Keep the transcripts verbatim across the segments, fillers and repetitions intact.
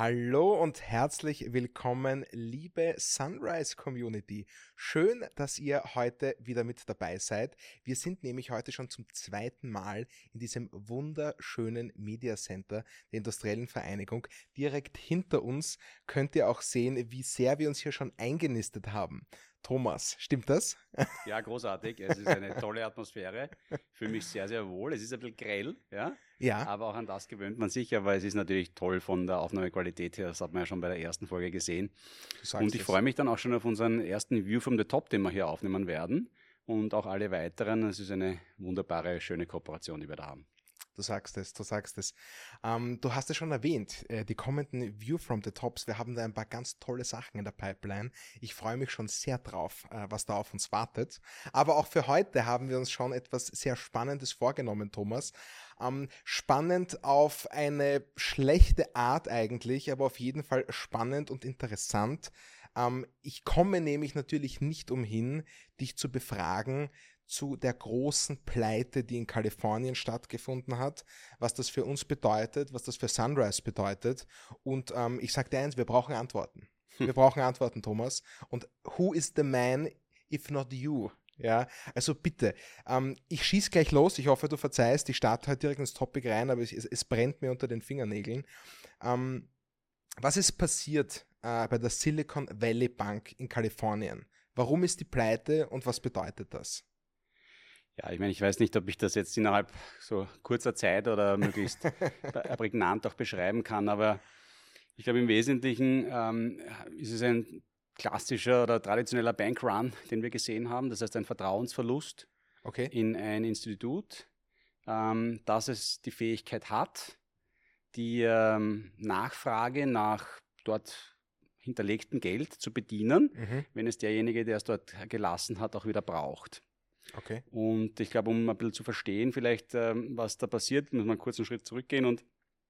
Hallo und herzlich willkommen, liebe Sunrise Community. Schön, dass ihr heute wieder mit dabei seid. Wir sind nämlich heute schon zum zweiten Mal in diesem wunderschönen Media Center der Industriellen Vereinigung. Direkt hinter uns könnt ihr auch sehen, wie sehr wir uns hier schon eingenistet haben. Thomas, stimmt das? Ja, großartig. Es ist eine tolle Atmosphäre. Ich fühle mich sehr, sehr wohl. Es ist ein bisschen grell, ja. Ja. Aber auch an das gewöhnt man sich, aber es ist natürlich toll von der Aufnahmequalität her. Das hat man ja schon bei der ersten Folge gesehen. Und ich es. freue mich dann auch schon auf unseren ersten View from the Top, den wir hier aufnehmen werden. Und auch alle weiteren. Es ist eine wunderbare, schöne Kooperation, die wir da haben. Du sagst es, du sagst es. Ähm, du hast es schon erwähnt, äh, die kommenden View from the Tops. Wir haben da ein paar ganz tolle Sachen in der Pipeline. Ich freue mich schon sehr drauf, äh, was da auf uns wartet. Aber auch für heute haben wir uns schon etwas sehr Spannendes vorgenommen, Thomas. Ähm, spannend auf eine schlechte Art eigentlich, aber auf jeden Fall spannend und interessant. Ähm, ich komme nämlich natürlich nicht umhin, dich zu befragen zu der großen Pleite, die in Kalifornien stattgefunden hat, was das für uns bedeutet, was das für Sunrise bedeutet. Und ähm, ich sage dir eins, wir brauchen Antworten. Wir brauchen Antworten, Thomas. Und who is the man if not you? Ja, also bitte, ähm, ich schieße gleich los. Ich hoffe, du verzeihst. Ich starte halt direkt ins Topic rein, aber es, es brennt mir unter den Fingernägeln. Ähm, was ist passiert äh, bei der Silicon Valley Bank in Kalifornien? Warum ist die pleite und was bedeutet das? Ja, ich meine, ich weiß nicht, ob ich das jetzt innerhalb so kurzer Zeit oder möglichst prägnant auch beschreiben kann, aber ich glaube, im Wesentlichen ähm, ist es ein klassischer oder traditioneller Bankrun, den wir gesehen haben. Das heißt, ein Vertrauensverlust okay. in ein Institut, ähm, dass es die Fähigkeit hat, die ähm, Nachfrage nach dort hinterlegtem Geld zu bedienen, Mhm. wenn es derjenige, der es dort gelassen hat, auch wieder braucht. Okay. Und ich glaube, um ein bisschen zu verstehen, vielleicht, ähm, was da passiert, muss man einen kurzen Schritt zurückgehen und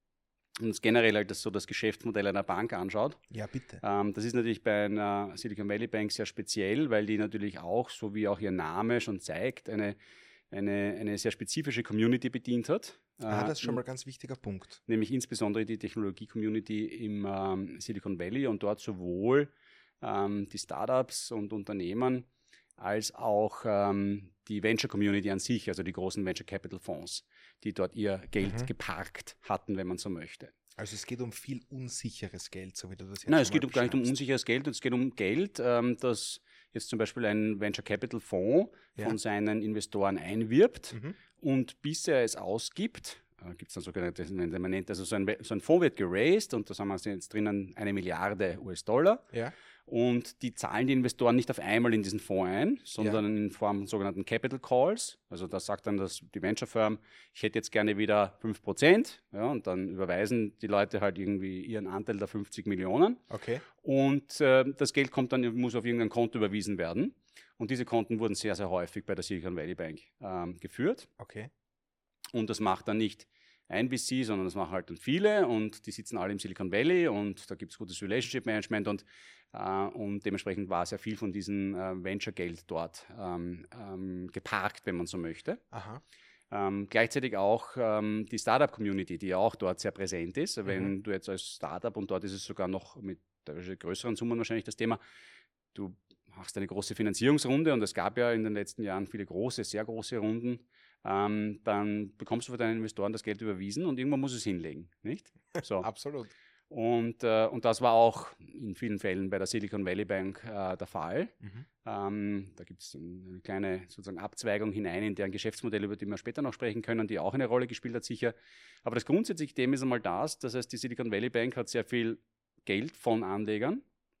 uns generell halt das, so das Geschäftsmodell einer Bank anschaut. Ja, bitte. Ähm, das ist natürlich bei einer Silicon Valley Bank sehr speziell, weil die natürlich auch, so wie auch ihr Name schon zeigt, eine, eine, eine sehr spezifische Community bedient hat. Ah, Äh, das ist schon mal ein ganz wichtiger Punkt. Nämlich insbesondere die Technologie-Community im ähm, Silicon Valley und dort sowohl ähm, die Startups und Unternehmen als auch ähm, die Venture-Community an sich, also die großen Venture-Capital-Fonds, die dort ihr Geld mhm. geparkt hatten, wenn man so möchte. Also es geht um viel unsicheres Geld, so wie du das jetzt Nein, schon es geht mal um, gar nicht um unsicheres Geld, es geht um Geld, ähm, das jetzt zum Beispiel ein Venture-Capital-Fonds ja. von seinen Investoren einwirbt mhm. und bis er es ausgibt, äh, gibt es dann sogenannte, man nennt, also so ein, so ein Fonds wird geraced und da haben wir jetzt drinnen eine Milliarde U S-Dollar. Ja. Und die zahlen die Investoren nicht auf einmal in diesen Fonds ein, sondern ja. in Form von sogenannten Capital Calls. Also da sagt dann das, die Venture Firm, ich hätte jetzt gerne wieder fünf Prozent. Ja, und dann überweisen die Leute halt irgendwie ihren Anteil der fünfzig Millionen. Okay. Und äh, das Geld kommt dann, muss auf irgendein Konto überwiesen werden. Und diese Konten wurden sehr, sehr häufig bei der Silicon Valley Bank ähm, geführt. Okay. Und das macht dann nicht ein V C, sondern das machen halt dann viele und die sitzen alle im Silicon Valley und da gibt es gutes Relationship Management und, äh, und dementsprechend war sehr viel von diesem äh, Venture-Geld dort ähm, ähm, geparkt, wenn man so möchte. Aha. Ähm, gleichzeitig auch ähm, die Startup-Community, die ja auch dort sehr präsent ist. Mhm. Wenn du jetzt als Startup, und dort ist es sogar noch mit größeren Summen wahrscheinlich das Thema, du machst eine große Finanzierungsrunde und es gab ja in den letzten Jahren viele große, sehr große Runden, ähm, dann bekommst du von deinen Investoren das Geld überwiesen und irgendwann muss es hinlegen, nicht? So. Absolut. Und, äh, und das war auch in vielen Fällen bei der Silicon Valley Bank äh, der Fall. Mhm. Ähm, da gibt es eine kleine sozusagen Abzweigung hinein in deren Geschäftsmodell, über die wir später noch sprechen können, die auch eine Rolle gespielt hat, sicher. Aber das grundsätzliche Thema ist einmal das, das heißt, die Silicon Valley Bank hat sehr viel Geld von Anlegern,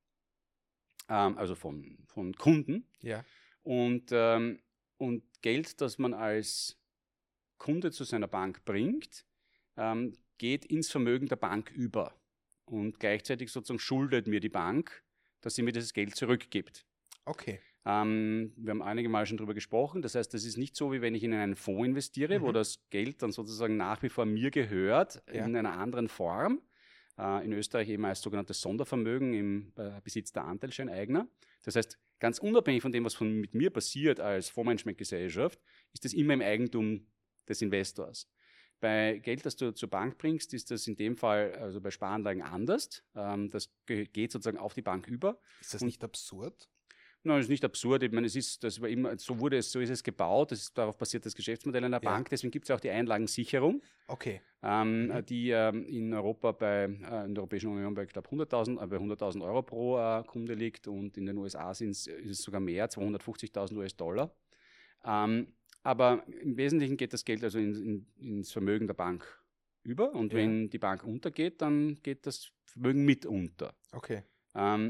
ähm, also von, von Kunden. Ja. Und, ähm, und Geld, das man als Kunde zu seiner Bank bringt, ähm, geht ins Vermögen der Bank über. Und gleichzeitig sozusagen schuldet mir die Bank, dass sie mir dieses Geld zurückgibt. Okay. Ähm, wir haben einige Mal schon darüber gesprochen. Das heißt, das ist nicht so, wie wenn ich in einen Fonds investiere, mhm. wo das Geld dann sozusagen nach wie vor mir gehört, ja. in einer anderen Form. Äh, in Österreich eben als sogenanntes Sondervermögen im äh, Besitz der Anteilscheineigner. Das heißt, ganz unabhängig von dem, was von, mit mir passiert als Fondsmanagementgesellschaft, ist das immer im Eigentum des Investors. Bei Geld, das du zur Bank bringst, ist das in dem Fall, also bei Sparanlagen anders. Ähm, das ge- geht sozusagen auf die Bank über. Ist das Und- nicht absurd? Nein, das ist nicht absurd. Ich meine, es ist, das war immer, so wurde es, so ist es gebaut. Das ist, darauf basiert das Geschäftsmodell einer Ja. Bank. Deswegen gibt es auch die Einlagensicherung, Okay. ähm, Mhm. die ähm, in Europa bei, äh, in der Europäischen Union bei, ich glaube, hunderttausend, äh, bei hunderttausend Euro pro äh, Kunde liegt und in den U S A sind's, ist es sogar mehr, zweihundertfünfzigtausend U S Dollar. Ähm, aber im Wesentlichen geht das Geld also in, in, ins Vermögen der Bank über und Ja. wenn die Bank untergeht, dann geht das Vermögen mit unter. Okay. Ähm,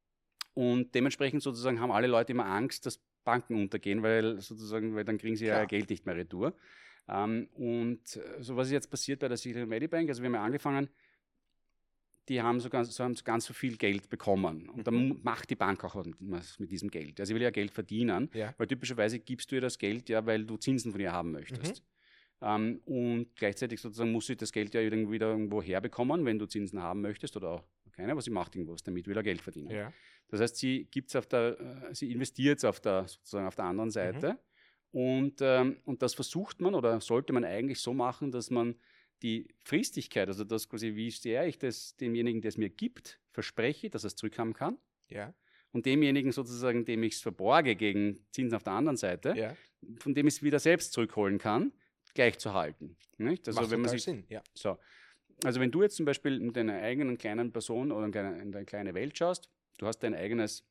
und dementsprechend sozusagen haben alle Leute immer Angst, dass Banken untergehen, weil sozusagen, weil dann kriegen sie ja Klar. ihr Geld nicht mehr retour. Ähm, und äh, so was ist jetzt passiert bei der Silicon Valley Bank, also wir haben ja angefangen, die haben so ganz, so haben so ganz so viel Geld bekommen. Und dann Mhm. mu- macht die Bank auch was mit diesem Geld. Also sie will ja Geld verdienen, Ja. weil typischerweise gibst du ihr das Geld ja, weil du Zinsen von ihr haben möchtest. Ähm, und gleichzeitig sozusagen muss sie das Geld ja irgendwie wieder irgendwo herbekommen, wenn du Zinsen haben möchtest oder auch keine, aber sie macht irgendwas damit, will er Geld verdienen. Ja. Das heißt, sie gibt's auf der, äh, sie investiert auf der sozusagen auf der anderen Seite und, ähm, und das versucht man oder sollte man eigentlich so machen, dass man die Fristigkeit, also das quasi, wie sehr ich das demjenigen, der es mir gibt, verspreche, dass er es zurückhaben kann Ja. und demjenigen sozusagen, dem ich es verborge gegen Zinsen auf der anderen Seite, Ja. von dem ich es wieder selbst zurückholen kann, gleich zu halten. Nicht? Also Macht wenn man total sich Sinn. Ja. so. Also wenn du jetzt zum Beispiel mit deiner eigenen kleinen Person oder in deine, in deine kleine Welt schaust, du hast dein eigenes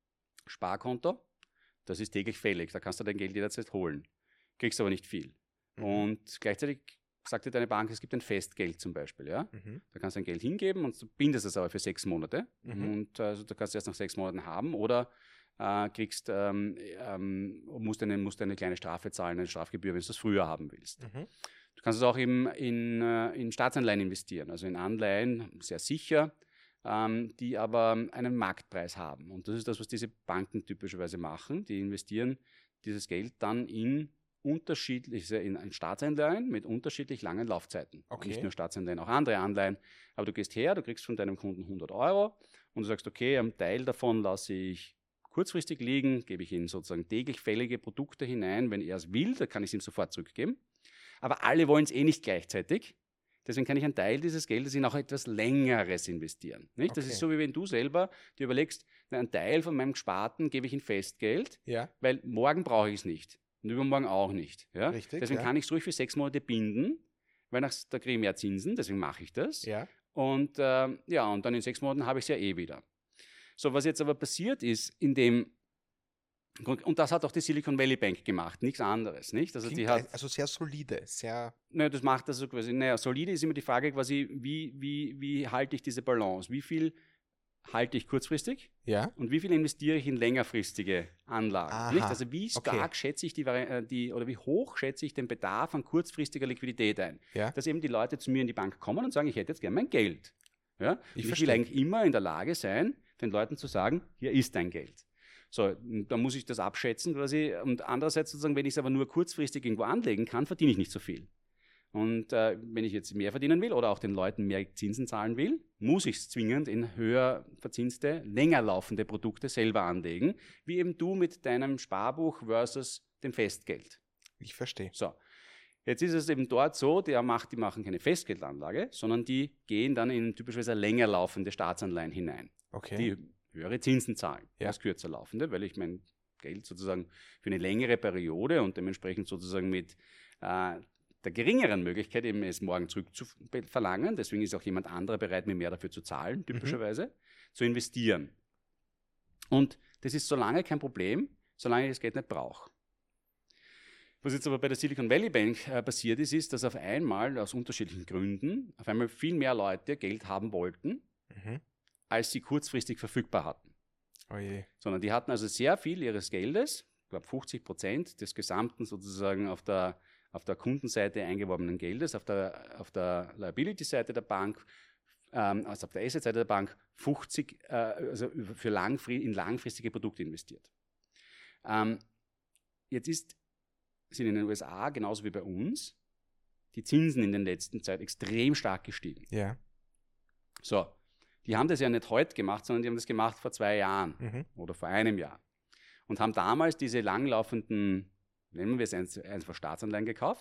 Sparkonto, das ist täglich fällig, da kannst du dein Geld jederzeit holen, kriegst aber nicht viel. Mhm. Und gleichzeitig sagt dir deine Bank, es gibt ein Festgeld zum Beispiel, ja. Mhm. Da kannst du dein Geld hingeben und du bindest es aber für sechs Monate Mhm. und also du kannst es erst nach sechs Monaten haben oder äh, kriegst, ähm, ähm, musst, eine, musst eine kleine Strafe zahlen, eine Strafgebühr, wenn du das früher haben willst. Mhm. Du kannst es auch im, in, äh, in Staatsanleihen investieren, also in Anleihen, sehr sicher, ähm, die aber einen Marktpreis haben. Und das ist das, was diese Banken typischerweise machen. Die investieren dieses Geld dann in unterschiedliche, in, in Staatsanleihen mit unterschiedlich langen Laufzeiten. Okay. Nicht nur Staatsanleihen, auch andere Anleihen. Aber du gehst her, du kriegst von deinem Kunden hundert Euro und du sagst, okay, einen Teil davon lasse ich kurzfristig liegen, gebe ich ihm sozusagen täglich fällige Produkte hinein. Wenn er es will, dann kann ich es ihm sofort zurückgeben. Aber alle wollen es eh nicht gleichzeitig. Deswegen kann ich einen Teil dieses Geldes in auch etwas Längeres investieren. Nicht? Das Okay. ist so, wie wenn du selber dir überlegst, na, einen Teil von meinem Gesparten gebe ich in Festgeld, Ja. weil morgen brauche ich es nicht und übermorgen auch nicht. Ja? Richtig, Deswegen ja. kann ich es ruhig für sechs Monate binden, weil nach, da kriege ich mehr Zinsen, deswegen mache ich das. Ja. Und ähm, ja, und dann in sechs Monaten habe ich es ja eh wieder. So, was jetzt aber passiert ist, in dem und das hat auch die Silicon Valley Bank gemacht, nichts anderes, nicht? Also die Klingt hat, also sehr solide, sehr. ne, das macht also quasi, naja, solide ist immer die Frage quasi, wie, wie, wie halte ich diese Balance? Wie viel halte ich kurzfristig Ja. und wie viel investiere ich in längerfristige Anlagen? Aha, Nicht? Also wie stark okay. schätze ich die, Vari- äh, die, oder wie hoch schätze ich den Bedarf an kurzfristiger Liquidität ein? Ja. Dass eben die Leute zu mir in die Bank kommen und sagen, ich hätte jetzt gerne mein Geld. Ja? Und Ich ich verstehe. will eigentlich immer in der Lage sein, den Leuten zu sagen, hier ist dein Geld. So, da muss ich das abschätzen quasi. Und andererseits sozusagen, wenn ich es aber nur kurzfristig irgendwo anlegen kann, verdiene ich nicht so viel. Und äh, wenn ich jetzt mehr verdienen will oder auch den Leuten mehr Zinsen zahlen will, muss ich es zwingend in höher verzinste, länger laufende Produkte selber anlegen, wie eben du mit deinem Sparbuch versus dem Festgeld. Ich verstehe. So, jetzt ist es eben dort so, der macht, die machen keine Festgeldanlage, sondern die gehen dann in typischerweise länger laufende Staatsanleihen hinein, Okay. die höhere Zinsen zahlen Ja. als kürzer laufende, weil ich mein Geld sozusagen für eine längere Periode und dementsprechend sozusagen mit äh, der geringeren Möglichkeit, eben es morgen zurückzuverlangen, deswegen ist auch jemand anderer bereit, mir mehr dafür zu zahlen, typischerweise, zu investieren. Und das ist so lange kein Problem, solange ich das Geld nicht brauche. Was jetzt aber bei der Silicon Valley Bank äh, passiert ist, ist, dass auf einmal aus unterschiedlichen Gründen auf einmal viel mehr Leute Geld haben wollten, Mhm. als sie kurzfristig verfügbar hatten. Oh je. Sondern die hatten also sehr viel ihres Geldes, ich glaube fünfzig Prozent des gesamten sozusagen auf der, auf der Kundenseite eingeworbenen Geldes, auf der, auf der Liability-Seite der Bank, ähm, also auf der Asset-Seite der Bank, fünfzig, äh, also für langfri- in langfristige Produkte investiert. Ähm, jetzt ist, sind in den U S A genauso wie bei uns die Zinsen in den letzten Zeit extrem stark gestiegen. Ja. So, die haben das ja nicht heute gemacht, sondern die haben das gemacht vor zwei Jahren Mhm. oder vor einem Jahr und haben damals diese langlaufenden, nennen wir es einfach Staatsanleihen gekauft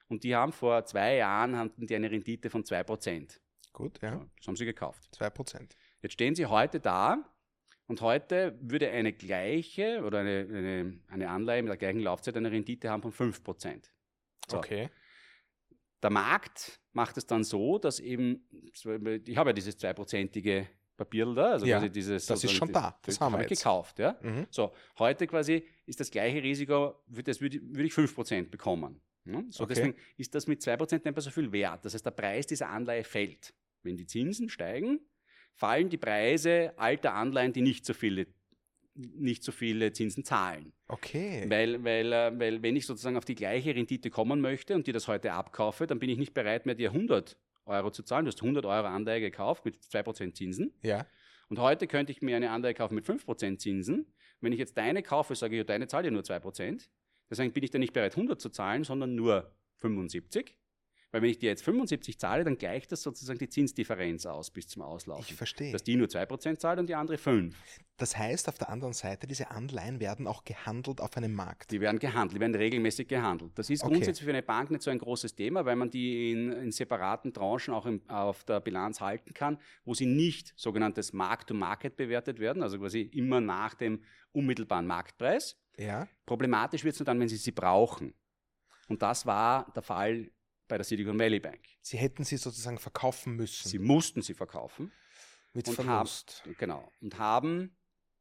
Und die haben vor zwei Jahren hatten die eine Rendite von zwei Prozent. Gut, ja. So, das haben sie gekauft. zwei Prozent. Jetzt stehen sie heute da und heute würde eine gleiche oder eine, eine, eine Anleihe mit der gleichen Laufzeit eine Rendite haben von fünf Prozent. So. Okay. Der Markt macht es dann so, dass eben, ich habe ja dieses zwei-prozentige Papier da, also ja, quasi dieses. Das ist schon da, das, das haben wir habe ich jetzt. gekauft. Ja? Mhm. So, heute quasi ist das gleiche Risiko, das würde, würde ich fünf Prozent bekommen. Ja? So, Okay. Deswegen ist das mit zwei Prozent nicht mehr so viel wert. Das heißt, der Preis dieser Anleihe fällt. Wenn die Zinsen steigen, fallen die Preise alter Anleihen, die nicht so viele, nicht so viele Zinsen zahlen. Okay. Weil, weil, weil wenn ich sozusagen auf die gleiche Rendite kommen möchte und die das heute abkaufe, dann bin ich nicht bereit mehr, dir hundert Euro zu zahlen. Du hast hundert Euro Anleihe gekauft mit zwei Prozent Zinsen. Ja. Und heute könnte ich mir eine Anleihe kaufen mit fünf Prozent Zinsen. Wenn ich jetzt deine kaufe, sage ich, ja, deine zahlt ja nur zwei Prozent. Deswegen bin ich dann nicht bereit, hundert zu zahlen, sondern nur fünfundsiebzig. Weil wenn ich dir jetzt fünfundsiebzig zahle, dann gleicht das sozusagen die Zinsdifferenz aus bis zum Auslaufen. Ich verstehe. Dass die nur zwei Prozent zahlt und die andere fünf. Das heißt, auf der anderen Seite, diese Anleihen werden auch gehandelt auf einem Markt. Die werden gehandelt, die werden regelmäßig gehandelt. Das ist Okay. grundsätzlich für eine Bank nicht so ein großes Thema, weil man die in, in separaten Tranchen auch im, auf der Bilanz halten kann, wo sie nicht sogenanntes Mark-to-Market bewertet werden, also quasi immer nach dem unmittelbaren Marktpreis. Ja. Problematisch wird es nur dann, wenn sie sie brauchen. Und das war der Fall bei der Silicon Valley Bank. Sie hätten sie sozusagen verkaufen müssen. Sie mussten sie verkaufen. mit und Verlust. Haben, genau. Und haben,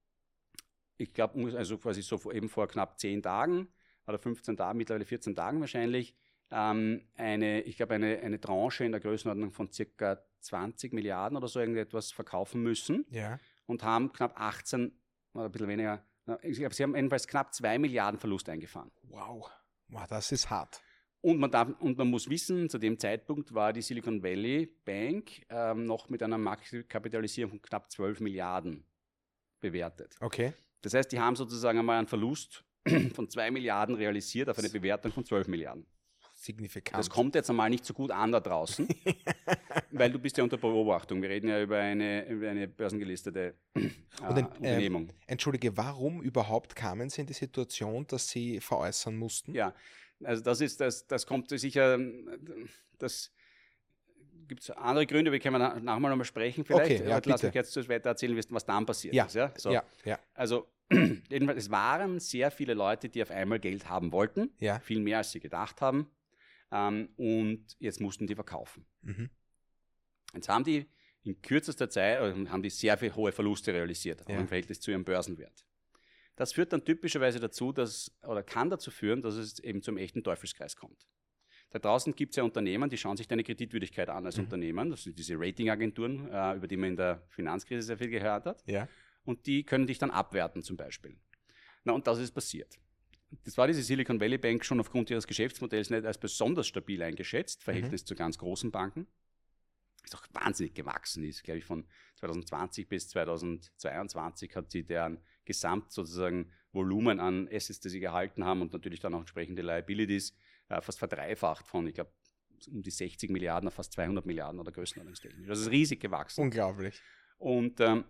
ich glaube, also quasi so vor, eben vor knapp zehn Tagen oder fünfzehn Tagen, mittlerweile vierzehn Tagen wahrscheinlich, ähm, eine, ich glaube, eine, eine Tranche in der Größenordnung von circa zwanzig Milliarden oder so irgendetwas verkaufen müssen. Ja. Und haben knapp achtzehn oder ein bisschen weniger, ich glaube, sie haben jedenfalls knapp zwei Milliarden Verlust eingefahren. Wow. Wow, das ist hart. Und man, darf, und man muss wissen, zu dem Zeitpunkt war die Silicon Valley Bank ähm, noch mit einer Marktkapitalisierung von knapp zwölf Milliarden bewertet. Okay. Das heißt, die haben sozusagen einmal einen Verlust von zwei Milliarden realisiert auf eine Bewertung von zwölf Milliarden. Signifikant. Das kommt jetzt einmal nicht so gut an da draußen, weil du bist ja unter Beobachtung. Wir reden ja über eine, über eine börsengelistete äh, Und ein, Unternehmung. Ähm, Entschuldige, warum überhaupt kamen Sie in die Situation, dass Sie veräußern mussten? Ja, also das ist, das, das kommt sicher, das gibt es andere Gründe, über die können wir nachher mal sprechen vielleicht. Okay, ja, Aber lass bitte. mich jetzt weiter erzählen, was dann passiert Ja, ist. Ja? So. ja, ja. Also jedenfalls, es waren sehr viele Leute, die auf einmal Geld haben wollten, Ja. viel mehr als sie gedacht haben, ähm, und jetzt mussten die verkaufen. Mhm. Jetzt haben die in kürzester Zeit, äh, haben die sehr viel hohe Verluste realisiert, auch Ja. im Verhältnis zu ihrem Börsenwert. Das führt dann typischerweise dazu, dass, oder kann dazu führen, dass es eben zum echten Teufelskreis kommt. Da draußen gibt es ja Unternehmen, die schauen sich deine Kreditwürdigkeit an als Mhm. Unternehmen. Das sind diese Ratingagenturen, äh, über die man in der Finanzkrise sehr viel gehört hat. Ja. Und die können dich dann abwerten zum Beispiel. Na, und das ist passiert. Das war diese Silicon Valley Bank schon aufgrund ihres Geschäftsmodells nicht als besonders stabil eingeschätzt, Verhältnis mhm. zu ganz großen Banken. Ist auch wahnsinnig gewachsen ist, glaube ich, von zwanzig zwanzig bis zweitausendzweiundzwanzig hat sie deren Gesamt sozusagen Volumen an Assets, die sie gehalten haben und natürlich dann auch entsprechende Liabilities äh, fast verdreifacht von, ich glaube, um die sechzig Milliarden auf fast zweihundert Milliarden oder größenordnungstechnisch. Das ist riesig gewachsen. Unglaublich. Und ähm,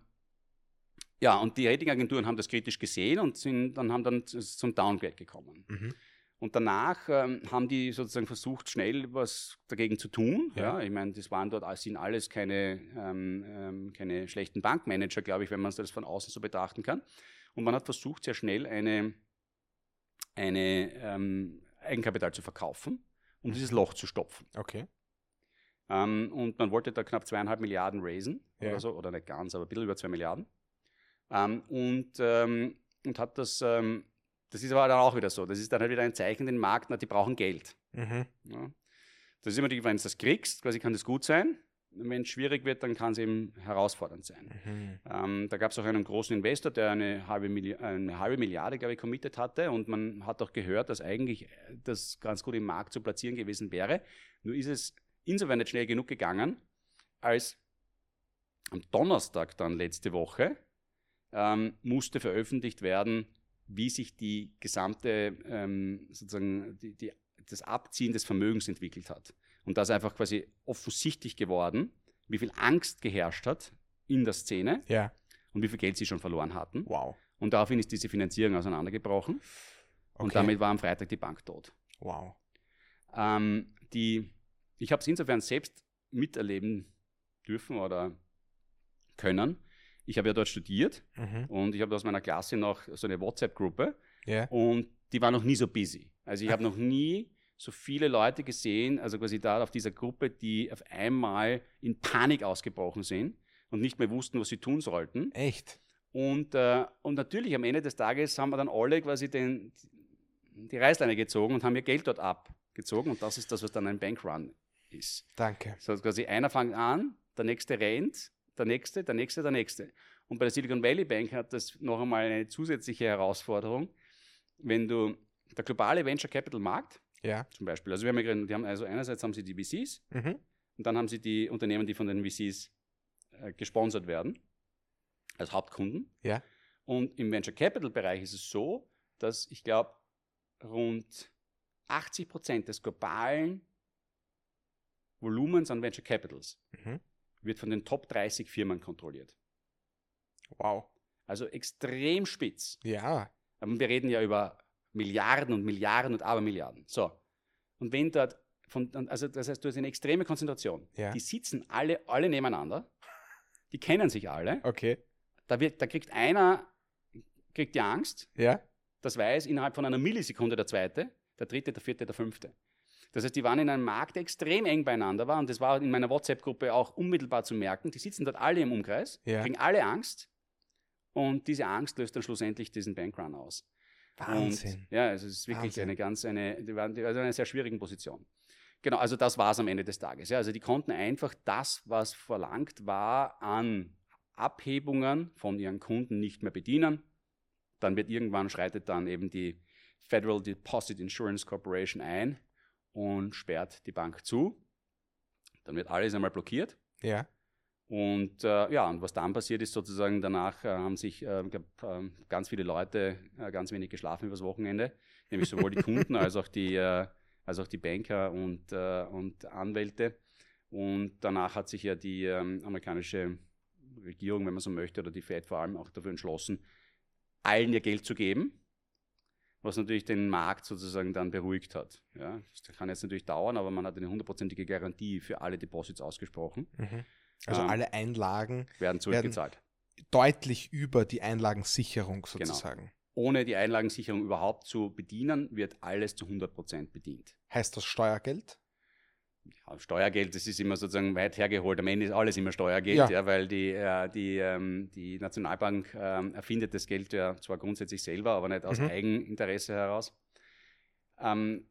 ja, und die Ratingagenturen haben das kritisch gesehen und sind, dann haben dann zum Downgrade gekommen. Mhm. Und danach ähm, haben die sozusagen versucht, schnell was dagegen zu tun. Ja. Ja, ich meine, das waren dort sind alles keine, ähm, ähm, keine schlechten Bankmanager, glaube ich, wenn man das von außen so betrachten kann. Und man hat versucht, sehr schnell eine, eine ähm, Eigenkapital zu verkaufen, um mhm. dieses Loch zu stopfen. Okay. Ähm, und man wollte da knapp zweieinhalb Milliarden raisen, Ja. oder so, oder nicht ganz, aber ein bisschen über zwei Milliarden. Ähm, und, ähm, und hat das, ähm, das ist aber dann auch wieder so, das ist dann halt wieder ein Zeichen den Markt, na, die brauchen Geld. Mhm. Ja. Das ist immer die, wenn du das kriegst, quasi kann das gut sein. Wenn es schwierig wird, dann kann es eben herausfordernd sein. Mhm. Ähm, da gab es auch einen großen Investor, der eine halbe, Milli- eine halbe Milliarde, glaube ich, committed hatte, und man hat auch gehört, dass eigentlich das ganz gut im Markt zu platzieren gewesen wäre. Nur ist es insofern nicht schnell genug gegangen, als am Donnerstag dann letzte Woche ähm, musste veröffentlicht werden, wie sich die gesamte, ähm, sozusagen, die, die, das Abziehen des Vermögens entwickelt hat. Und da ist einfach quasi offensichtlich geworden, wie viel Angst geherrscht hat in der Szene Ja. und wie viel Geld sie schon verloren hatten. Wow. Und daraufhin ist diese Finanzierung auseinandergebrochen. Okay. Und damit war am Freitag die Bank tot. Wow. Ähm, die, ich habe es insofern selbst miterleben dürfen oder können. Ich habe ja dort studiert mhm. und ich habe aus meiner Klasse noch so eine WhatsApp-Gruppe yeah. und die war noch nie so busy. Also ich habe noch nie so viele Leute gesehen, also quasi da auf dieser Gruppe, die auf einmal in Panik ausgebrochen sind und nicht mehr wussten, was sie tun sollten. Echt? Und, äh, und natürlich am Ende des Tages haben wir dann alle quasi den, die Reißleine gezogen und haben ihr Geld dort abgezogen und das ist das, was dann ein Bankrun ist. Danke. So quasi einer fängt an, der nächste rennt, der nächste, der nächste, der nächste. Und bei der Silicon Valley Bank hat das noch einmal eine zusätzliche Herausforderung, wenn du der globale Venture Capital Markt, ja. zum Beispiel, also wir haben ja gerade, die haben also einerseits haben sie die V Cs mhm. und dann haben sie die Unternehmen, die von den V Cs äh, gesponsert werden, als Hauptkunden. Ja. Und im Venture Capital Bereich ist es so, dass ich glaube, rund achtzig Prozent des globalen Volumens an Venture Capitals mhm. wird von den Top dreißig Firmen kontrolliert. Wow. Also extrem spitz. Ja. Aber wir reden ja über Milliarden und Milliarden und Abermilliarden. So. Und wenn dort, von, also das heißt, du hast eine extreme Konzentration. Ja. Die sitzen alle, alle nebeneinander. Die kennen sich alle. Okay. Da, wird, da kriegt einer, kriegt die Angst. Ja. Das weiß innerhalb von einer Millisekunde der zweite, der dritte, der vierte, der fünfte. Das heißt, die waren in einem Markt, der extrem eng beieinander war und das war in meiner WhatsApp-Gruppe auch unmittelbar zu merken. Die sitzen dort alle im Umkreis, ja. kriegen alle Angst und diese Angst löst dann schlussendlich diesen Bankrun aus. Wahnsinn. Und, ja, also es ist wirklich Wahnsinn. eine ganz, eine, die waren, die waren in einer sehr schwierigen Position. Genau, also das war es am Ende des Tages. Ja. Also die konnten einfach das, was verlangt war, an Abhebungen von ihren Kunden nicht mehr bedienen. Dann wird irgendwann, schreitet dann eben die Federal Deposit Insurance Corporation ein und sperrt die Bank zu. Dann wird alles einmal blockiert. Ja. Und äh, ja, und was dann passiert ist, sozusagen danach äh, haben sich äh, glaub, äh, ganz viele Leute äh, ganz wenig geschlafen übers Wochenende, nämlich sowohl die Kunden als auch die, äh, als auch die Banker und, äh, und Anwälte. Und danach hat sich ja die ähm, amerikanische Regierung, wenn man so möchte, oder die Fed vor allem auch dafür entschlossen, allen ihr Geld zu geben, was natürlich den Markt sozusagen dann beruhigt hat. Ja, das kann jetzt natürlich dauern, aber man hat eine hundertprozentige Garantie für alle Deposits ausgesprochen. Mhm. Also ähm, alle Einlagen werden zurückgezahlt. Werden deutlich über die Einlagensicherung sozusagen. Genau. Ohne die Einlagensicherung überhaupt zu bedienen, wird alles zu hundert Prozent bedient. Heißt das Steuergeld? Ja, Steuergeld, das ist immer sozusagen weit hergeholt. Am Ende ist alles immer Steuergeld, ja. Ja, weil die, äh, die, ähm, die Nationalbank ähm, erfindet das Geld ja zwar grundsätzlich selber, aber nicht aus mhm. Eigeninteresse heraus. Ähm,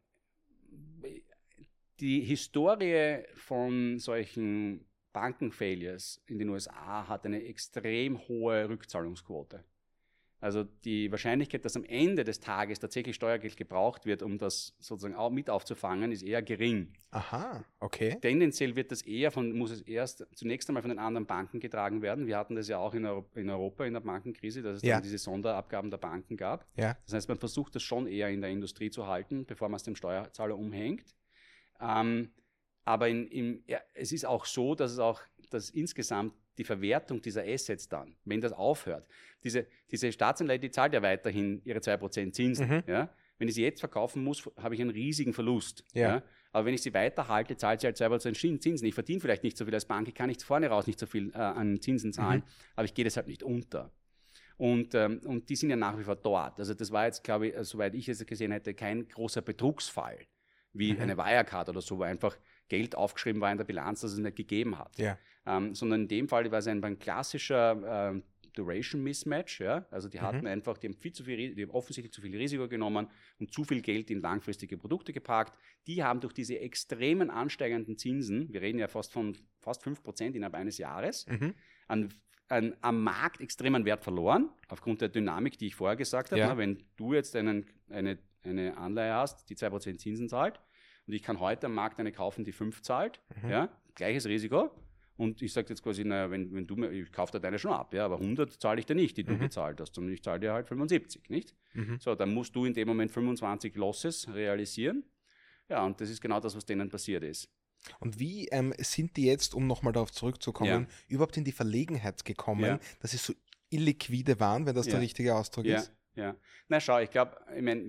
die Historie von solchen Bankenfailures in den U S A hat eine extrem hohe Rückzahlungsquote. Also die Wahrscheinlichkeit, dass am Ende des Tages tatsächlich Steuergeld gebraucht wird, um das sozusagen auch mit aufzufangen, ist eher gering. Aha, okay. Tendenziell wird das eher von, muss es erst zunächst einmal von den anderen Banken getragen werden. Wir hatten das ja auch in Europa in, Europa, in der Bankenkrise, dass es ja. dann diese Sonderabgaben der Banken gab. Ja. Das heißt, man versucht das schon eher in der Industrie zu halten, bevor man es dem Steuerzahler umhängt. Ähm, aber in, in, ja, es ist auch so, dass es auch dass insgesamt die Verwertung dieser Assets dann, wenn das aufhört, diese, diese Staatsanleihe, die zahlt ja weiterhin ihre zwei Prozent Zinsen. Mhm. Ja? Wenn ich sie jetzt verkaufen muss, habe ich einen riesigen Verlust. Ja. Ja? Aber wenn ich sie weiterhalte, zahlt sie halt zwei Prozent Zinsen. Ich verdiene vielleicht nicht so viel als Bank, ich kann nicht vorne raus nicht so viel äh, an Zinsen zahlen, mhm. aber ich gehe deshalb nicht unter. Und, ähm, und die sind ja nach wie vor dort. Also das war jetzt, glaube ich, soweit ich es gesehen hätte, kein großer Betrugsfall, wie mhm. eine Wirecard oder so, wo einfach Geld aufgeschrieben war in der Bilanz, das es nicht gegeben hat. Ja. Ähm, sondern in dem Fall war es ein, ein klassischer äh, Duration Mismatch. Ja? Also die hatten mhm. einfach, die haben, viel zu viel, die haben offensichtlich zu viel Risiko genommen und zu viel Geld in langfristige Produkte geparkt. Die haben durch diese extremen ansteigenden Zinsen, wir reden ja fast von fast fünf Prozent innerhalb eines Jahres, mhm. an, an, am Markt extremen Wert verloren, aufgrund der Dynamik, die ich vorher gesagt habe. Ja. Na, wenn du jetzt einen, eine, eine Anleihe hast, die zwei Prozent Zinsen zahlt, und ich kann heute am Markt eine kaufen, die fünf zahlt, mhm. ja, gleiches Risiko. Und ich sage jetzt quasi, naja, wenn, wenn du mir, ich kaufe dir deine schon ab, ja, aber hundert zahle ich dir nicht, die du mhm. gezahlt hast, sondern ich zahle dir halt fünfundsiebzig, nicht? Mhm. So, dann musst du in dem Moment fünfundzwanzig Losses realisieren. Ja, und das ist genau das, was denen passiert ist. Und wie ähm, sind die jetzt, um nochmal darauf zurückzukommen, ja. überhaupt in die Verlegenheit gekommen, ja. dass sie so illiquide waren, wenn das ja. der richtige Ausdruck ja. ist? Ja, na schau, ich glaube, ich meine,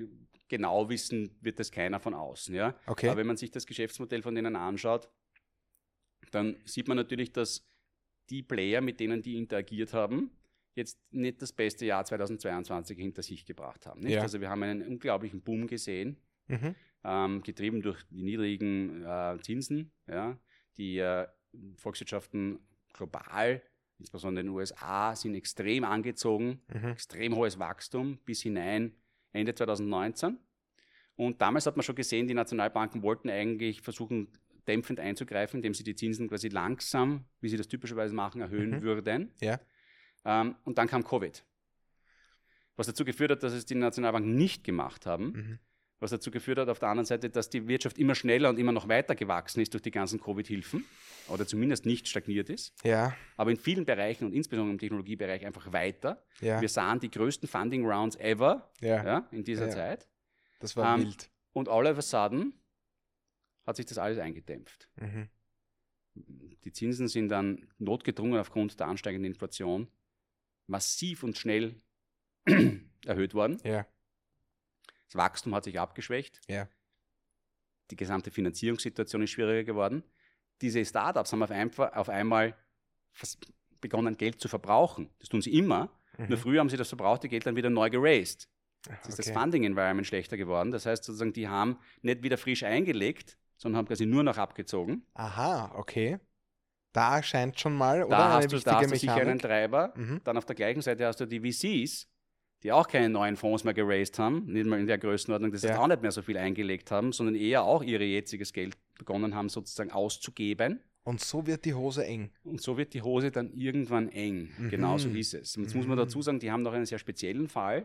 genau wissen wird das keiner von außen. Ja? Okay. Aber wenn man sich das Geschäftsmodell von denen anschaut, dann sieht man natürlich, dass die Player, mit denen die interagiert haben, jetzt nicht das beste Jahr zweitausendzweiundzwanzig hinter sich gebracht haben. Nicht? Ja. Also wir haben einen unglaublichen Boom gesehen, Mhm. ähm, getrieben durch die niedrigen äh, Zinsen. Ja? Die äh, Volkswirtschaften global, insbesondere in den U S A, sind extrem angezogen, Mhm. extrem hohes Wachstum bis hinein Ende zweitausendneunzehn. Und damals hat man schon gesehen, die Nationalbanken wollten eigentlich versuchen, dämpfend einzugreifen, indem sie die Zinsen quasi langsam, wie sie das typischerweise machen, erhöhen Mhm. würden. Ja. Ähm, und dann kam Covid. Was dazu geführt hat, dass es die Nationalbanken nicht gemacht haben. Mhm. Was dazu geführt hat, auf der anderen Seite, dass die Wirtschaft immer schneller und immer noch weiter gewachsen ist durch die ganzen Covid-Hilfen oder zumindest nicht stagniert ist. Ja. Aber in vielen Bereichen und insbesondere im Technologiebereich einfach weiter. Ja. Wir sahen die größten Funding-Rounds ever Ja. ja, in dieser Ja. Zeit. Das war Ähm, wild. Und all of a sudden hat sich das alles eingedämpft. Mhm. Die Zinsen sind dann notgedrungen aufgrund der ansteigenden Inflation massiv und schnell erhöht worden. Ja. Das Wachstum hat sich abgeschwächt. Ja. Die gesamte Finanzierungssituation ist schwieriger geworden. Diese Startups haben auf, einfach, auf einmal vers- begonnen, Geld zu verbrauchen. Das tun sie immer. Mhm. Nur früher haben sie das verbrauchte Geld dann wieder neu geraced. Jetzt ist das Okay. Funding-Environment schlechter geworden. Das heißt sozusagen, die haben nicht wieder frisch eingelegt, sondern haben quasi nur noch abgezogen. Aha, okay. Da scheint schon mal, oder? Da eine hast du, wichtige da hast du sicher einen Mechanik. Treiber. Mhm. Dann auf der gleichen Seite hast du die V Cs, die auch keine neuen Fonds mehr geraced haben, nicht mal in der Größenordnung, dass sie Ja. auch nicht mehr so viel eingelegt haben, sondern eher auch ihr jetziges Geld begonnen haben, sozusagen auszugeben. Und so wird die Hose eng. Und so wird die Hose dann irgendwann eng. Mhm. Genau so ist es. Und jetzt muss man Mhm. dazu sagen, die haben noch einen sehr speziellen Fall.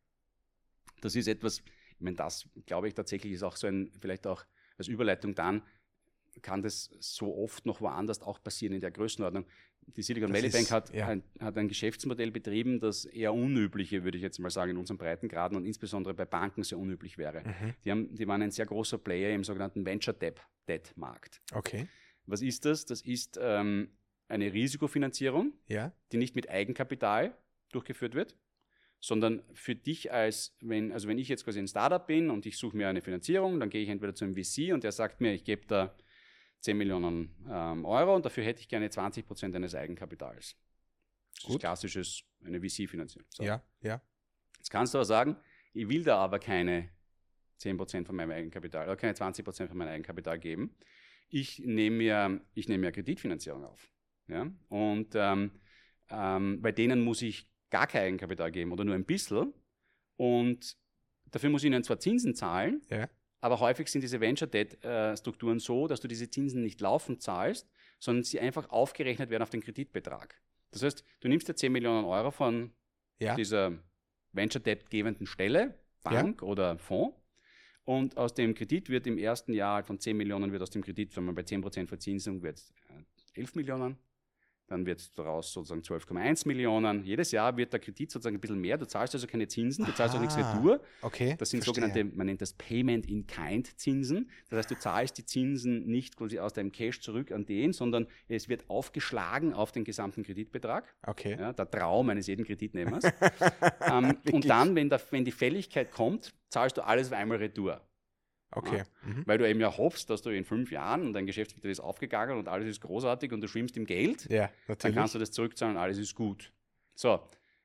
Das ist etwas, ich meine, das glaube ich tatsächlich ist auch so ein, vielleicht auch als Überleitung dann, kann das so oft noch woanders auch passieren in der Größenordnung. Die Silicon Das Valley ist- Bank hat, ja. ein, hat ein Geschäftsmodell betrieben, das eher unübliche, würde ich jetzt mal sagen, in unseren Breitengraden und insbesondere bei Banken sehr unüblich wäre. Mhm. Die, haben, die waren ein sehr großer Player im sogenannten Venture Debt, Debt Markt. Okay. Was ist das? Das ist ähm, eine Risikofinanzierung, Ja. die nicht mit Eigenkapital durchgeführt wird, sondern für dich als, wenn, also wenn ich jetzt quasi ein Startup bin und ich suche mir eine Finanzierung, dann gehe ich entweder zu einem V C und der sagt mir, ich gebe da zehn Millionen ähm, Euro und dafür hätte ich gerne zwanzig Prozent eines Eigenkapitals. Das Gut. ist klassisches, eine V C-Finanzierung. So. Ja. Ja. Jetzt kannst du aber sagen, ich will da aber keine zehn Prozent von meinem Eigenkapital oder keine zwanzig Prozent von meinem Eigenkapital geben. Ich nehme mir, ich nehme mir Kreditfinanzierung auf. Ja? Und ähm, ähm, bei denen muss ich gar kein Eigenkapital geben oder nur ein bisschen. Und dafür muss ich ihnen zwar Zinsen zahlen, Ja. aber häufig sind diese Venture-Debt-Strukturen so, dass du diese Zinsen nicht laufend zahlst, sondern sie einfach aufgerechnet werden auf den Kreditbetrag. Das heißt, du nimmst dir zehn Millionen Euro von Ja. dieser Venture-Debt-gebenden Stelle, Bank oder Fonds, und aus dem Kredit wird im ersten Jahr von zehn Millionen wird aus dem Kredit, wenn man bei zehn Prozent Verzinsung wird elf Millionen, dann wird daraus sozusagen zwölf Komma eins Millionen. Jedes Jahr wird der Kredit sozusagen ein bisschen mehr. Du zahlst also keine Zinsen, du zahlst auch nichts Aha. retour. Okay. Das sind verstehe. sogenannte, man nennt das Payment-in-Kind-Zinsen. Das heißt, du zahlst die Zinsen nicht quasi aus deinem Cash zurück an den, sondern es wird aufgeschlagen auf den gesamten Kreditbetrag. Okay. Ja, der Traum eines jeden Kreditnehmers. ähm, Wirklich? und dann, wenn, der, wenn die Fälligkeit kommt, zahlst du alles auf einmal retour. Okay. Mhm. Weil du eben ja hoffst, dass du in fünf Jahren und dein Geschäftsmodell ist aufgegangen und alles ist großartig und du schwimmst im Geld, Ja, dann natürlich. kannst du das zurückzahlen und alles ist gut. So.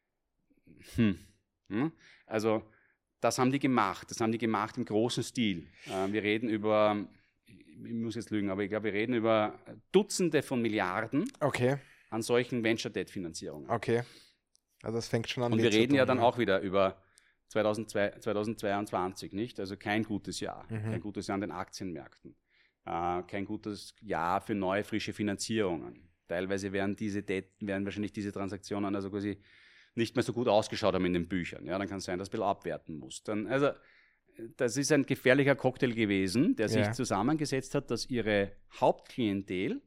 Hm. Hm. Also, das haben die gemacht. Das haben die gemacht im großen Stil. Äh, wir reden über, ich muss jetzt lügen, aber ich glaube, wir reden über Dutzende von Milliarden Okay. an solchen Venture-Debt-Finanzierungen. Okay. Also das fängt schon an. Und weh wir zu reden ja tun, dann auch wieder über zweitausendzwei, zweitausendzweiundzwanzig, nicht? Also kein gutes Jahr. Mhm. Kein gutes Jahr an den Aktienmärkten. Äh, kein gutes Jahr für neue, frische Finanzierungen. Teilweise werden, diese Det- werden wahrscheinlich diese Transaktionen also quasi nicht mehr so gut ausgeschaut haben in den Büchern. Ja, dann kann es sein, dass du ein bisschen abwerten musst. Dann, also, das ist ein gefährlicher Cocktail gewesen, der sich Ja. zusammengesetzt hat, dass ihre Hauptklientel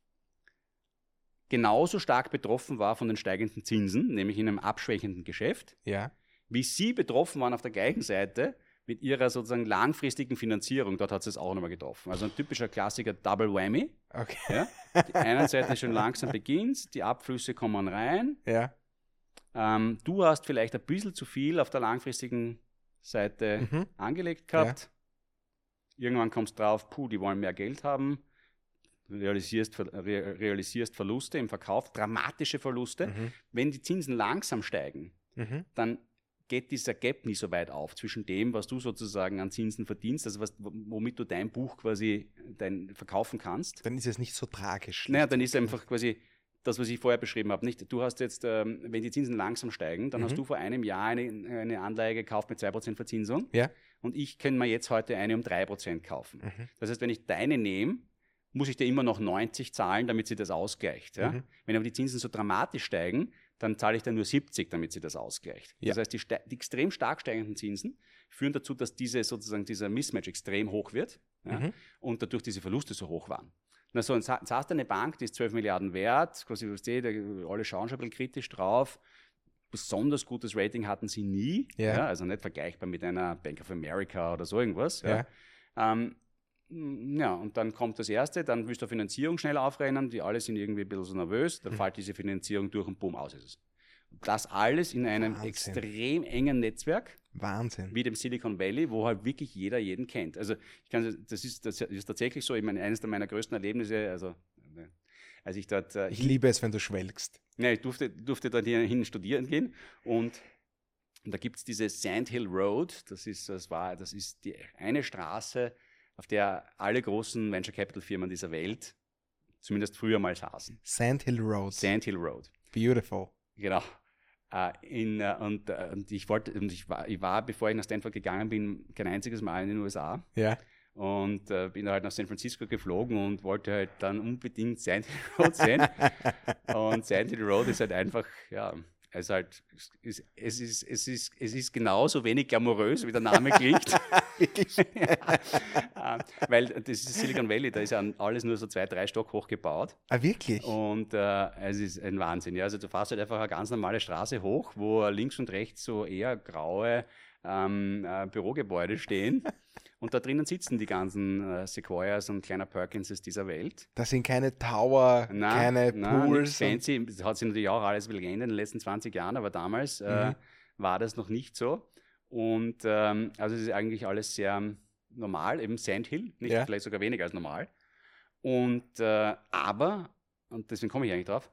genauso stark betroffen war von den steigenden Zinsen, nämlich in einem abschwächenden Geschäft, Ja. wie sie betroffen waren auf der gleichen Seite mit ihrer sozusagen langfristigen Finanzierung. Dort hat es es auch nochmal getroffen. Also ein typischer Klassiker Double Whammy. Okay. Ja? Die einen Seite schon langsam beginnt, die Abflüsse kommen rein. Ja. Ähm, du hast vielleicht ein bisschen zu viel auf der langfristigen Seite Mhm. angelegt gehabt. Ja. Irgendwann kommst du drauf, puh, die wollen mehr Geld haben. Du realisierst, re, realisierst Verluste im Verkauf, dramatische Verluste. Mhm. Wenn die Zinsen langsam steigen, Mhm. dann geht dieser Gap nie so weit auf zwischen dem, was du sozusagen an Zinsen verdienst, also was, womit du dein Buch quasi dein, verkaufen kannst. Dann ist es nicht so tragisch. Naja, dann ist einfach quasi das, was ich vorher beschrieben habe. Nicht, du hast jetzt, ähm, wenn die Zinsen langsam steigen, dann Mhm. hast du vor einem Jahr eine, eine Anleihe gekauft mit zwei Prozent Verzinsung Ja. und ich kann mir jetzt heute eine um drei Prozent kaufen. Mhm. Das heißt, wenn ich deine nehme, muss ich dir immer noch neunzig zahlen, damit sie das ausgleicht. Ja? Mhm. Wenn aber die Zinsen so dramatisch steigen, dann zahle ich dann nur siebzig, damit sie das ausgleicht. Ja. Das heißt, die, ste- die extrem stark steigenden Zinsen führen dazu, dass diese, sozusagen dieser Mismatch extrem hoch wird, ja? Mhm. und dadurch diese Verluste so hoch waren. Na so, jetzt hast du eine Bank, die ist zwölf Milliarden wert, quasi, was die, alle schauen schon ein bisschen kritisch drauf. Besonders gutes Rating hatten sie nie, Ja. ja, also nicht vergleichbar mit einer Bank of America oder so irgendwas. Ja. Ja. Ähm, ja, und dann kommt das Erste, dann willst du Finanzierung schnell aufrennen, die alle sind irgendwie ein bisschen so nervös, dann Mhm. fällt diese Finanzierung durch und bumm, aus ist es. Das alles in einem Wahnsinn. extrem engen Netzwerk, Wahnsinn. wie dem Silicon Valley, wo halt wirklich jeder jeden kennt. Also ich kann, das, ist, das ist tatsächlich so, ich meine, eines meiner größten Erlebnisse, also als ich dort... Äh, Ich liebe es, wenn du schwelgst. ja, ich durfte, durfte dort hin studieren gehen und, und da gibt es diese Sand Hill Road, das ist, das, war, das ist die eine Straße, auf der alle großen Venture Capital Firmen dieser Welt zumindest früher mal saßen. Sand Hill Road. Sand Hill Road. Beautiful. Genau. Äh, in, äh, und, äh, und ich wollte, und ich war, ich war, bevor ich nach Stanford gegangen bin, kein einziges Mal in den U S A. Ja. Und äh, bin halt nach San Francisco geflogen und wollte halt dann unbedingt Sand Hill Road sehen. Und Sand Hill Road ist halt einfach, ja, es, halt, es, es, ist, es, ist, es ist genauso wenig glamourös, wie der Name klingt. Wirklich? ja, weil das ist Silicon Valley, da ist ja alles nur so zwei, drei Stock hoch gebaut. Ah, wirklich? Und äh, es ist ein Wahnsinn. Ja. Also du fährst halt einfach eine ganz normale Straße hoch, wo links und rechts so eher graue ähm, äh, Bürogebäude stehen. Und da drinnen sitzen die ganzen äh, Sequoias und kleiner Perkinses dieser Welt. Das sind keine Tower, Na, keine na, Pools. nichts fancy. Das hat sich natürlich auch alles ein bisschen geändert in den letzten zwanzig Jahren, aber damals äh, Mhm. war das noch nicht so. Und ähm, also es ist eigentlich alles sehr normal, eben Sand Hill, nicht Ja. vielleicht sogar weniger als normal. Und äh, aber, und deswegen komme ich eigentlich drauf,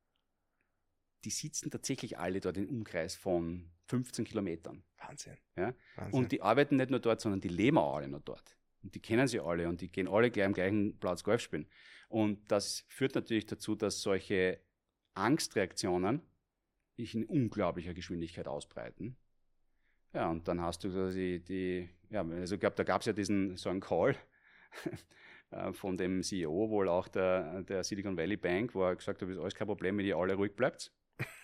die sitzen tatsächlich alle dort im Umkreis von fünfzehn Kilometern. Wahnsinn. Ja? Wahnsinn. Und die arbeiten nicht nur dort, sondern die leben auch alle nur dort. Und die kennen sie alle und die gehen alle gleich am gleichen Platz Golf spielen. Und das führt natürlich dazu, dass solche Angstreaktionen sich in unglaublicher Geschwindigkeit ausbreiten. Ja, und dann hast du quasi die, ja, also ich glaube, da gab es ja diesen, so einen Call äh, von dem C E O, wohl auch der, der Silicon Valley Bank, wo er gesagt hat, ist alles kein Problem, wenn ihr alle ruhig bleibt.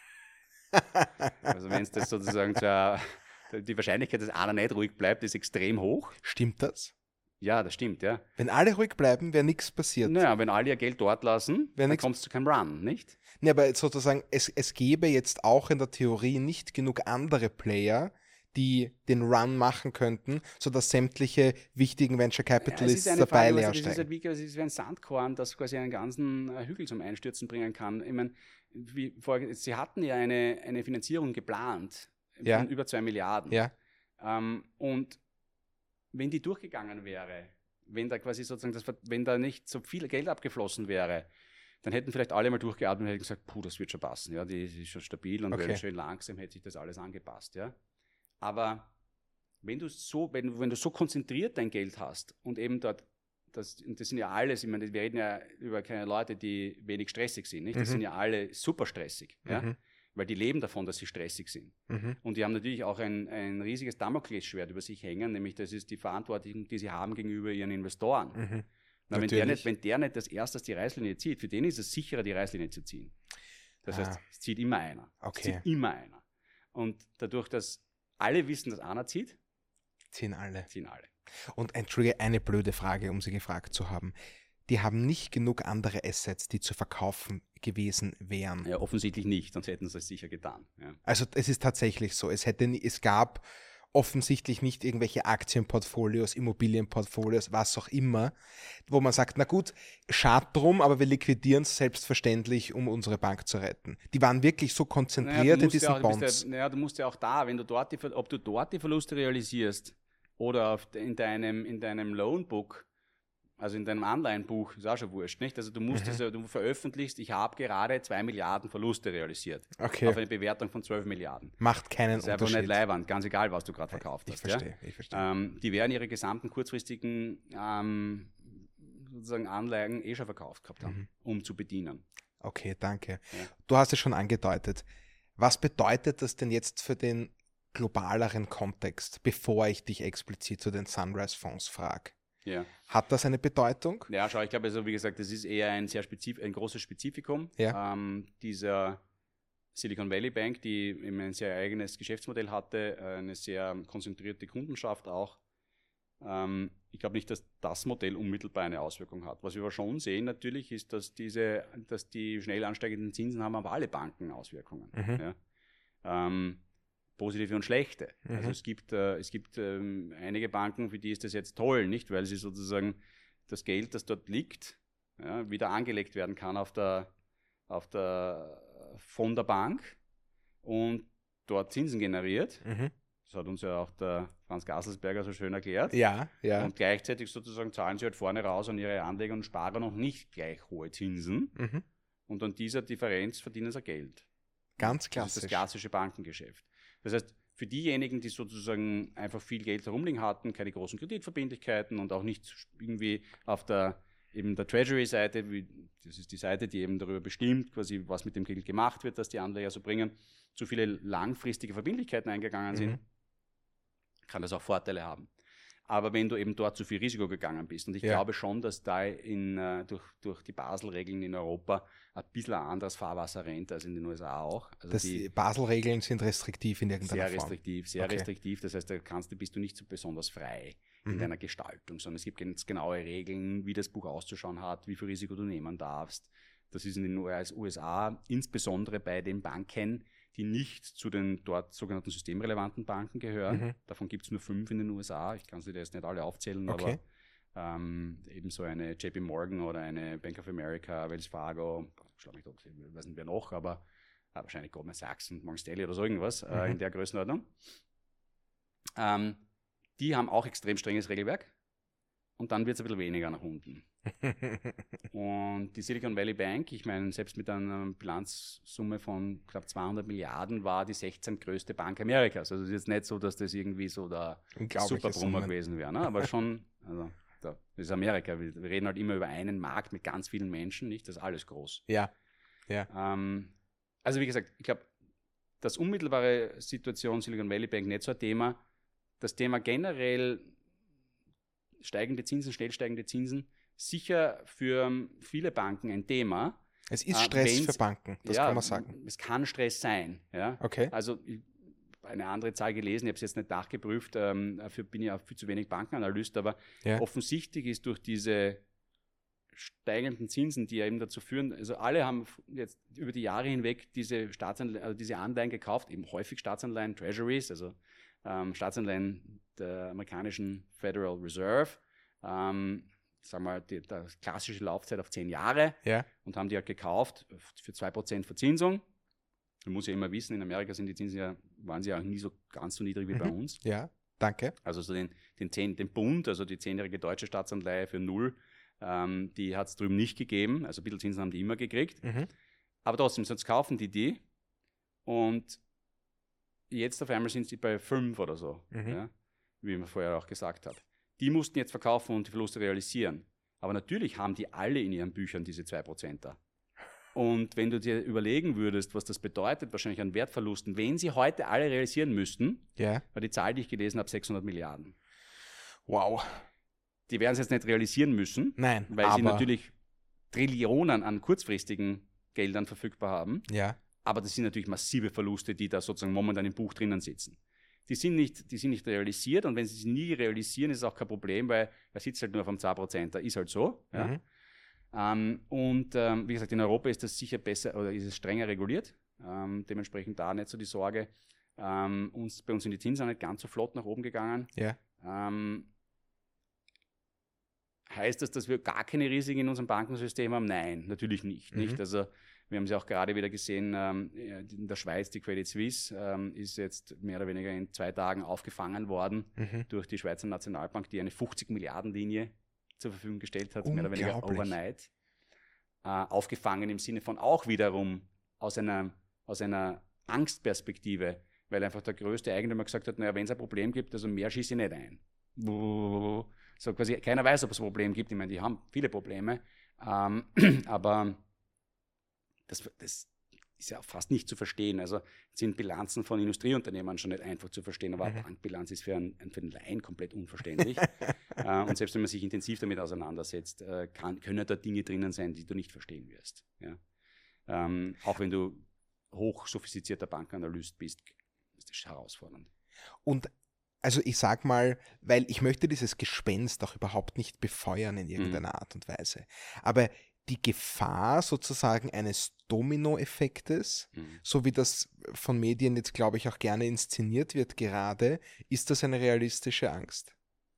Also wenn es das sozusagen zur, die Wahrscheinlichkeit, dass einer nicht ruhig bleibt, ist extrem hoch. Stimmt das? Ja, das stimmt, ja. Wenn alle ruhig bleiben, wäre nichts passiert. Naja, wenn alle ihr Geld dort lassen, Wär dann nix- kommst du zu keinem Run, nicht? Nee, aber sozusagen, es, es gäbe jetzt auch in der Theorie nicht genug andere Player, die den Run machen könnten, sodass sämtliche wichtigen Venture Capitalists dabei leer also das ist steigen. halt wie, das ist wie ein Sandkorn, das quasi einen ganzen äh, Hügel zum Einstürzen bringen kann. Ich meine, wie vorher, sie hatten ja eine, eine Finanzierung geplant Ja. von über zwei Milliarden. Ja, Ähm, und wenn die durchgegangen wäre, wenn da quasi sozusagen, das, wenn da nicht so viel Geld abgeflossen wäre, dann hätten vielleicht alle mal durchgeatmet und hätten gesagt, puh, das wird schon passen, ja, die, die ist schon stabil und Okay. wenn schön langsam hätte sich das alles angepasst, ja. Aber wenn du so, wenn, wenn du so konzentriert dein Geld hast und eben dort, das, und das sind ja alles, ich meine, wir reden ja über keine Leute, die wenig stressig sind, nicht? Das Mhm. sind ja alle super stressig, ja, Mhm. weil die leben davon, dass sie stressig sind. mhm. Und die haben natürlich auch ein, ein riesiges Damoklesschwert über sich hängen, nämlich das ist die Verantwortung, die sie haben gegenüber ihren Investoren. Mhm. Na, wenn, der Natürlich. nicht, wenn der nicht das erste die Reißlinie zieht, für den ist es sicherer, die Reißlinie zu ziehen. Das Ah. heißt, es zieht immer einer. Okay. Es zieht immer einer. Und dadurch, dass alle wissen, dass einer zieht, Ziehen alle. ziehen alle. Und entschuldige, eine blöde Frage, um Sie gefragt zu haben. Die haben nicht genug andere Assets, die zu verkaufen gewesen wären. Ja, offensichtlich nicht, sonst hätten sie es sicher getan. Ja. Also es ist tatsächlich so. Es hätte, nie- es gab offensichtlich nicht irgendwelche Aktienportfolios, Immobilienportfolios, was auch immer, wo man sagt, na gut, schade drum, aber wir liquidieren es selbstverständlich, um unsere Bank zu retten. Die waren wirklich so konzentriert naja, in diesen ja auch, Bonds. Ja, naja, du musst ja auch da, wenn du dort die, ob du dort die Verluste realisierst oder auf, in, deinem, in deinem Loanbook, also in deinem Anleihenbuch, ist auch schon wurscht, nicht? Also du musst mhm. diese, du veröffentlichst, ich habe gerade zwei Milliarden Verluste realisiert. Okay. Auf eine Bewertung von zwölf Milliarden. Macht keinen Unterschied. Das ist Unterschied. einfach nicht leiwand, ganz egal, was du gerade verkauft ich hast. Verstehe, ja? Ich verstehe, ähm, Die werden ihre gesamten kurzfristigen ähm, sozusagen Anleihen eh schon verkauft gehabt haben, mhm. um zu bedienen. Okay, danke. Ja. Du hast es schon angedeutet. Was bedeutet das denn jetzt für den globaleren Kontext, bevor ich dich explizit zu den Sunrise-Fonds frage? Ja. Hat das eine Bedeutung? Ja, schau, ich glaube, also wie gesagt, das ist eher ein sehr spezif- ein großes Spezifikum ja. ähm, dieser Silicon Valley Bank, die eben ein sehr eigenes Geschäftsmodell hatte, eine sehr konzentrierte Kundenschaft auch. Ähm, ich glaube nicht, dass das Modell unmittelbar eine Auswirkung hat. Was wir aber schon sehen natürlich, ist, dass diese, dass die schnell ansteigenden Zinsen haben auf alle Banken Auswirkungen. Mhm. Ja. Ähm, positive und schlechte. Mhm. Also es gibt, äh, es gibt ähm, einige Banken, für die ist das jetzt toll, nicht? Weil sie sozusagen das Geld, das dort liegt, ja, wieder angelegt werden kann auf der, auf der, von der Bank und dort Zinsen generiert. Mhm. Das hat uns ja auch der Franz Gasselsberger so schön erklärt. Ja, ja. Und gleichzeitig sozusagen zahlen sie halt vorne raus an ihre Anleger und Sparer noch nicht gleich hohe Zinsen. Mhm. Und an dieser Differenz verdienen sie Geld. Ganz klassisch. Das ist das klassische Bankengeschäft. Das heißt, für diejenigen, die sozusagen einfach viel Geld herumliegen hatten, keine großen Kreditverbindlichkeiten und auch nicht irgendwie auf der eben der Treasury-Seite, das ist die Seite, die eben darüber bestimmt, quasi was mit dem Geld gemacht wird, dass die Anleger so bringen, zu viele langfristige Verbindlichkeiten eingegangen sind, mhm. kann das auch Vorteile haben. Aber wenn du eben dort zu viel Risiko gegangen bist, und ich ja. glaube schon, dass da in, uh, durch, durch die Basel-Regeln in Europa ein bisschen ein anderes Fahrwasser rennt als in den U S A auch. Also das die Basel-Regeln sind restriktiv in irgendeiner sehr Form? Sehr restriktiv, sehr okay. restriktiv. Das heißt, da kannst du, bist du nicht so besonders frei in mhm. deiner Gestaltung, sondern es gibt ganz genaue Regeln, wie das Buch auszuschauen hat, wie viel Risiko du nehmen darfst. Das ist in den U S A, insbesondere bei den Banken, die nicht zu den dort sogenannten systemrelevanten Banken gehören. Mhm. Davon gibt es nur fünf in den U S A. Ich kann sie dir jetzt nicht alle aufzählen, okay. aber ähm, ebenso eine J P Morgan oder eine Bank of America, Wells Fargo, ich glaube nicht, ich weiß nicht wer noch, aber äh, wahrscheinlich Goldman Sachs und Morgan Stanley oder so irgendwas mhm. äh, in der Größenordnung. Ähm, die haben auch extrem strenges Regelwerk und dann wird es ein bisschen weniger nach unten. Und die Silicon Valley Bank, ich meine, selbst mit einer Bilanzsumme von knapp zweihundert Milliarden war die sechzehnte größte Bank Amerikas. Also es ist jetzt nicht so, dass das irgendwie so der Superbrummer gewesen wäre, ne? Aber schon, also das ist Amerika. Wir reden halt immer über einen Markt mit ganz vielen Menschen, nicht? Das ist alles groß. Ja, ja. Ähm, also wie gesagt, ich glaube, das unmittelbare Situation Silicon Valley Bank nicht so ein Thema. Das Thema generell steigende Zinsen, schnell steigende Zinsen, sicher für viele Banken ein Thema. Es ist Stress für Banken, das ja, kann man sagen. Es kann Stress sein. Ja? Okay. Also ich habe eine andere Zahl gelesen, ich habe es jetzt nicht nachgeprüft, ähm, dafür bin ich auch viel zu wenig Bankenanalyst, aber ja. offensichtlich ist durch diese steigenden Zinsen, die ja eben dazu führen, also alle haben jetzt über die Jahre hinweg diese, Staatsanleihen, also diese Anleihen gekauft, eben häufig Staatsanleihen, Treasuries, also ähm, Staatsanleihen der amerikanischen Federal Reserve, ähm, sagen wir, die, die klassische Laufzeit auf zehn Jahre ja. und haben die halt gekauft für zwei Prozent Verzinsung. Man muss ja immer wissen, in Amerika sind die Zinsen ja, waren sie ja auch nie so ganz so niedrig wie mhm. bei uns. Ja, danke. Also so den, den, zehn, den Bund, also die zehnjährige deutsche Staatsanleihe für null, ähm, die hat es drüben nicht gegeben. Also ein bisschen Zinsen haben die immer gekriegt. Mhm. Aber trotzdem, sonst kaufen die die und jetzt auf einmal sind sie bei fünf oder so, mhm. ja, wie man vorher auch gesagt hat. Die mussten jetzt verkaufen und die Verluste realisieren. Aber natürlich haben die alle in ihren Büchern diese zwei Prozent da. Und wenn du dir überlegen würdest, was das bedeutet, wahrscheinlich an Wertverlusten, wenn sie heute alle realisieren müssten, yeah. war die Zahl, die ich gelesen habe, sechshundert Milliarden. Wow. Die werden es jetzt nicht realisieren müssen, Nein, weil aber sie natürlich Trillionen an kurzfristigen Geldern verfügbar haben. Ja. Aber das sind natürlich massive Verluste, die da sozusagen momentan im Buch drinnen sitzen. Die sind nicht, die sind nicht realisiert und wenn sie sie nie realisieren, ist es auch kein Problem, weil er sitzt halt nur auf einem zwei Prozent, da ist halt so. Ja. Mhm. Ähm, und ähm, wie gesagt, in Europa ist das sicher besser oder ist es strenger reguliert. Ähm, dementsprechend da nicht so die Sorge. Ähm, uns, bei uns sind die Zinsen nicht ganz so flott nach oben gegangen. Ja. Ähm, heißt das, dass wir gar keine Risiken in unserem Bankensystem haben? Nein, natürlich nicht. Mhm. nicht? Also wir haben sie auch gerade wieder gesehen, ähm, in der Schweiz, die Credit Suisse ähm, ist jetzt mehr oder weniger in zwei Tagen aufgefangen worden Mhm. durch die Schweizer Nationalbank, die eine fünfzig Milliarden Linie zur Verfügung gestellt hat, mehr oder weniger overnight. Äh, aufgefangen im Sinne von auch wiederum aus einer, aus einer Angstperspektive, weil einfach der größte Eigentümer gesagt hat, naja, wenn es ein Problem gibt, also mehr schieße ich nicht ein. So quasi, keiner weiß, ob es ein Problem gibt. Ich meine, die haben viele Probleme, ähm, aber das, das ist ja fast nicht zu verstehen. Also sind Bilanzen von Industrieunternehmen schon nicht einfach zu verstehen, aber eine Bankbilanz ist für einen, für einen Laien komplett unverständlich. äh, und selbst wenn man sich intensiv damit auseinandersetzt, äh, kann, können da Dinge drinnen sein, die du nicht verstehen wirst. Ja? Ähm, auch wenn du hoch sophistizierter Bankanalyst bist, ist das herausfordernd. Und also ich sag mal, weil ich möchte dieses Gespenst auch überhaupt nicht befeuern in irgendeiner mhm. Art und Weise. Aber die Gefahr sozusagen eines Dominoeffektes, mhm. so wie das von Medien jetzt, glaube ich, auch gerne inszeniert wird gerade, ist das eine realistische Angst?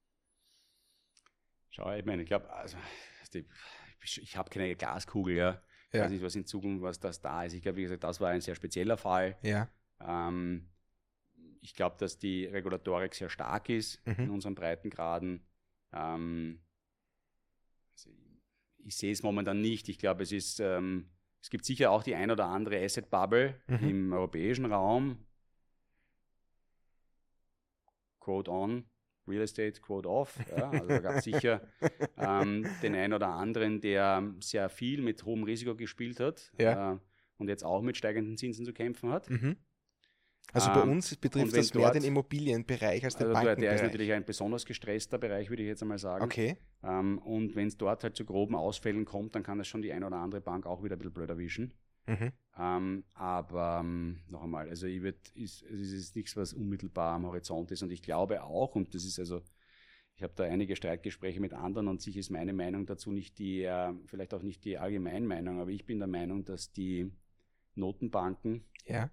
Schau, ich meine, ich glaube, also, ich habe keine Glaskugel, ja. Ich ja. weiß nicht, was in Zukunft, was das da ist. Ich glaube, wie gesagt, das war ein sehr spezieller Fall. Ja. Ähm, ich glaube, dass die Regulatorik sehr stark ist mhm. in unseren Breitengraden. Ähm, also ich, ich sehe es momentan nicht. Ich glaube, es ist, ähm, es gibt sicher auch die ein oder andere Asset-Bubble mhm. im europäischen Raum. Quote on, Real Estate, Quote off. Ja, also da gab es sicher ähm, den einen oder anderen, der sehr viel mit hohem Risiko gespielt hat ja. äh, und jetzt auch mit steigenden Zinsen zu kämpfen hat. Mhm. Also bei uns betrifft das mehr den Immobilienbereich als den also Bankenbereich. Der ist natürlich ein besonders gestresster Bereich, würde ich jetzt einmal sagen. Okay. Ähm, und wenn es dort halt zu groben Ausfällen kommt, dann kann das schon die eine oder andere Bank auch wieder ein bisschen blöd erwischen. Mhm. Ähm, aber ähm, noch einmal, also ich würd, ist, es ist nichts, was unmittelbar am Horizont ist. Und ich glaube auch, und das ist also, ich habe da einige Streitgespräche mit anderen und sicher ist meine Meinung dazu nicht die, äh, vielleicht auch nicht die Allgemeinmeinung, aber ich bin der Meinung, dass die Notenbanken ja.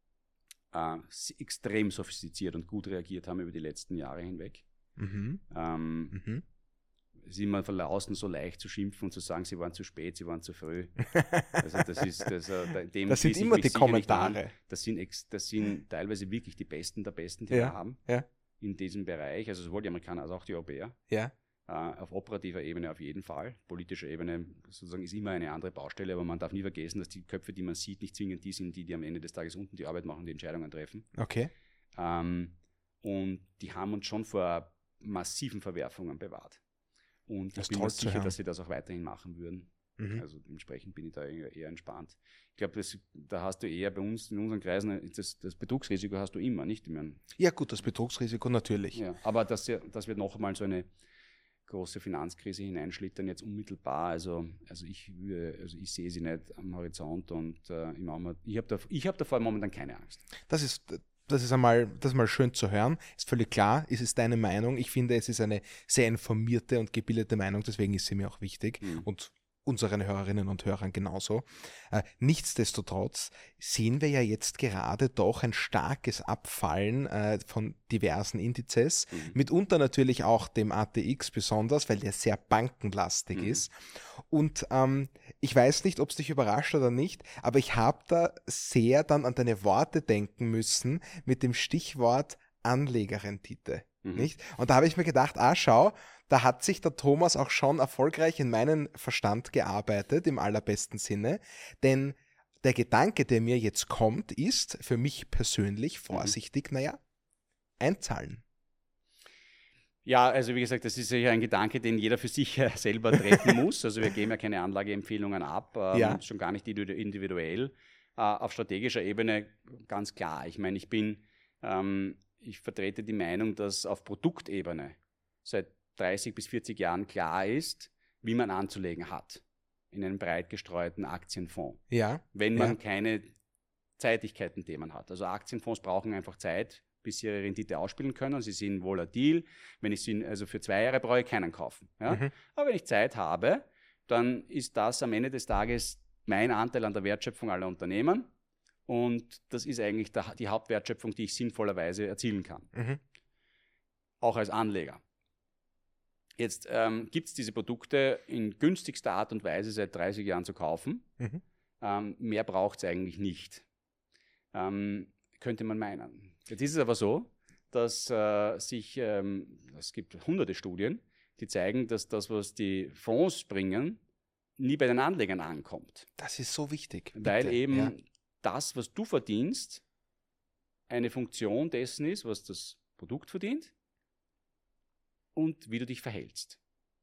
äh, extrem sophistiziert und gut reagiert haben über die letzten Jahre hinweg. Mhm. Ähm, mhm. Es ist immer von außen so leicht zu schimpfen und zu sagen, sie waren zu spät, sie waren zu früh. Also das ist, das, äh, dem das sind immer die Kommentare. Das sind, ex, das sind teilweise wirklich die Besten der Besten, die ja, wir haben ja. in diesem Bereich. Also sowohl die Amerikaner als auch die Europäer. Ja. Äh, auf operativer Ebene auf jeden Fall. Politischer Ebene sozusagen ist immer eine andere Baustelle, aber man darf nie vergessen, dass die Köpfe, die man sieht, nicht zwingend die sind, die, die am Ende des Tages unten die Arbeit machen, die Entscheidungen treffen. Okay. Ähm, und die haben uns schon vor massiven Verwerfungen bewahrt. Und ich bin mir sicher, dass sie das auch weiterhin machen würden. Mhm. Also dementsprechend bin ich da eher, eher entspannt. Ich glaube, da hast du eher bei uns in unseren Kreisen, das, das Betrugsrisiko hast du immer, nicht? Ich meine, ja gut, das Betrugsrisiko natürlich. Ja, aber dass, dass wir noch einmal so eine große Finanzkrise hineinschlittern, jetzt unmittelbar, also, also, ich, also ich sehe sie nicht am Horizont und äh, ich habe da, ich hab davor momentan keine Angst. Das ist... Das ist einmal, das ist mal schön zu hören. Ist völlig klar, ist es deine Meinung. Ich finde, es ist eine sehr informierte und gebildete Meinung, deswegen ist sie mir auch wichtig. Mhm. Und unseren Hörerinnen und Hörern genauso. Äh, nichtsdestotrotz sehen wir ja jetzt gerade doch ein starkes Abfallen äh, von diversen Indizes, mhm. mitunter natürlich auch dem A T X besonders, weil der sehr bankenlastig mhm. ist. Und ähm, ich weiß nicht, ob es dich überrascht oder nicht, aber ich habe da sehr dann an deine Worte denken müssen mit dem Stichwort Anlegerrendite. Mhm. Nicht? Und da habe ich mir gedacht, ah schau, da hat sich der Thomas auch schon erfolgreich in meinen Verstand gearbeitet, im allerbesten Sinne, denn der Gedanke, der mir jetzt kommt, ist für mich persönlich vorsichtig, mhm. naja, einzahlen. Ja, also wie gesagt, das ist ja ein Gedanke, den jeder für sich selber treffen muss. Also wir geben ja keine Anlageempfehlungen ab, ähm, ja. schon gar nicht individuell. Äh, auf strategischer Ebene ganz klar. Ich meine, ich bin, ähm, ich vertrete die Meinung, dass auf Produktebene seit dreißig bis vierzig Jahren klar ist, wie man anzulegen hat in einem breit gestreuten Aktienfonds. Ja. Wenn man ja. keine Zeitigkeiten-Themen hat. Also Aktienfonds brauchen einfach Zeit, bis sie ihre Rendite ausspielen können. Sie sind volatil. Wenn ich sie, also für zwei Jahre brauche ich keinen kaufen. Ja? Mhm. Aber wenn ich Zeit habe, dann ist das am Ende des Tages mein Anteil an der Wertschöpfung aller Unternehmen. Und das ist eigentlich der, die Hauptwertschöpfung, die ich sinnvollerweise erzielen kann. Mhm. Auch als Anleger. Jetzt ähm, gibt es diese Produkte in günstigster Art und Weise seit dreißig Jahren zu kaufen. Mhm. Ähm, mehr braucht es eigentlich nicht. Ähm, könnte man meinen. Jetzt ist es aber so, dass äh, sich, ähm, es gibt hunderte Studien, die zeigen, dass das, was die Fonds bringen, nie bei den Anlegern ankommt. Das ist so wichtig. Weil Bitte. eben Ja. das, was du verdienst, eine Funktion dessen ist, was das Produkt verdient und wie du dich verhältst.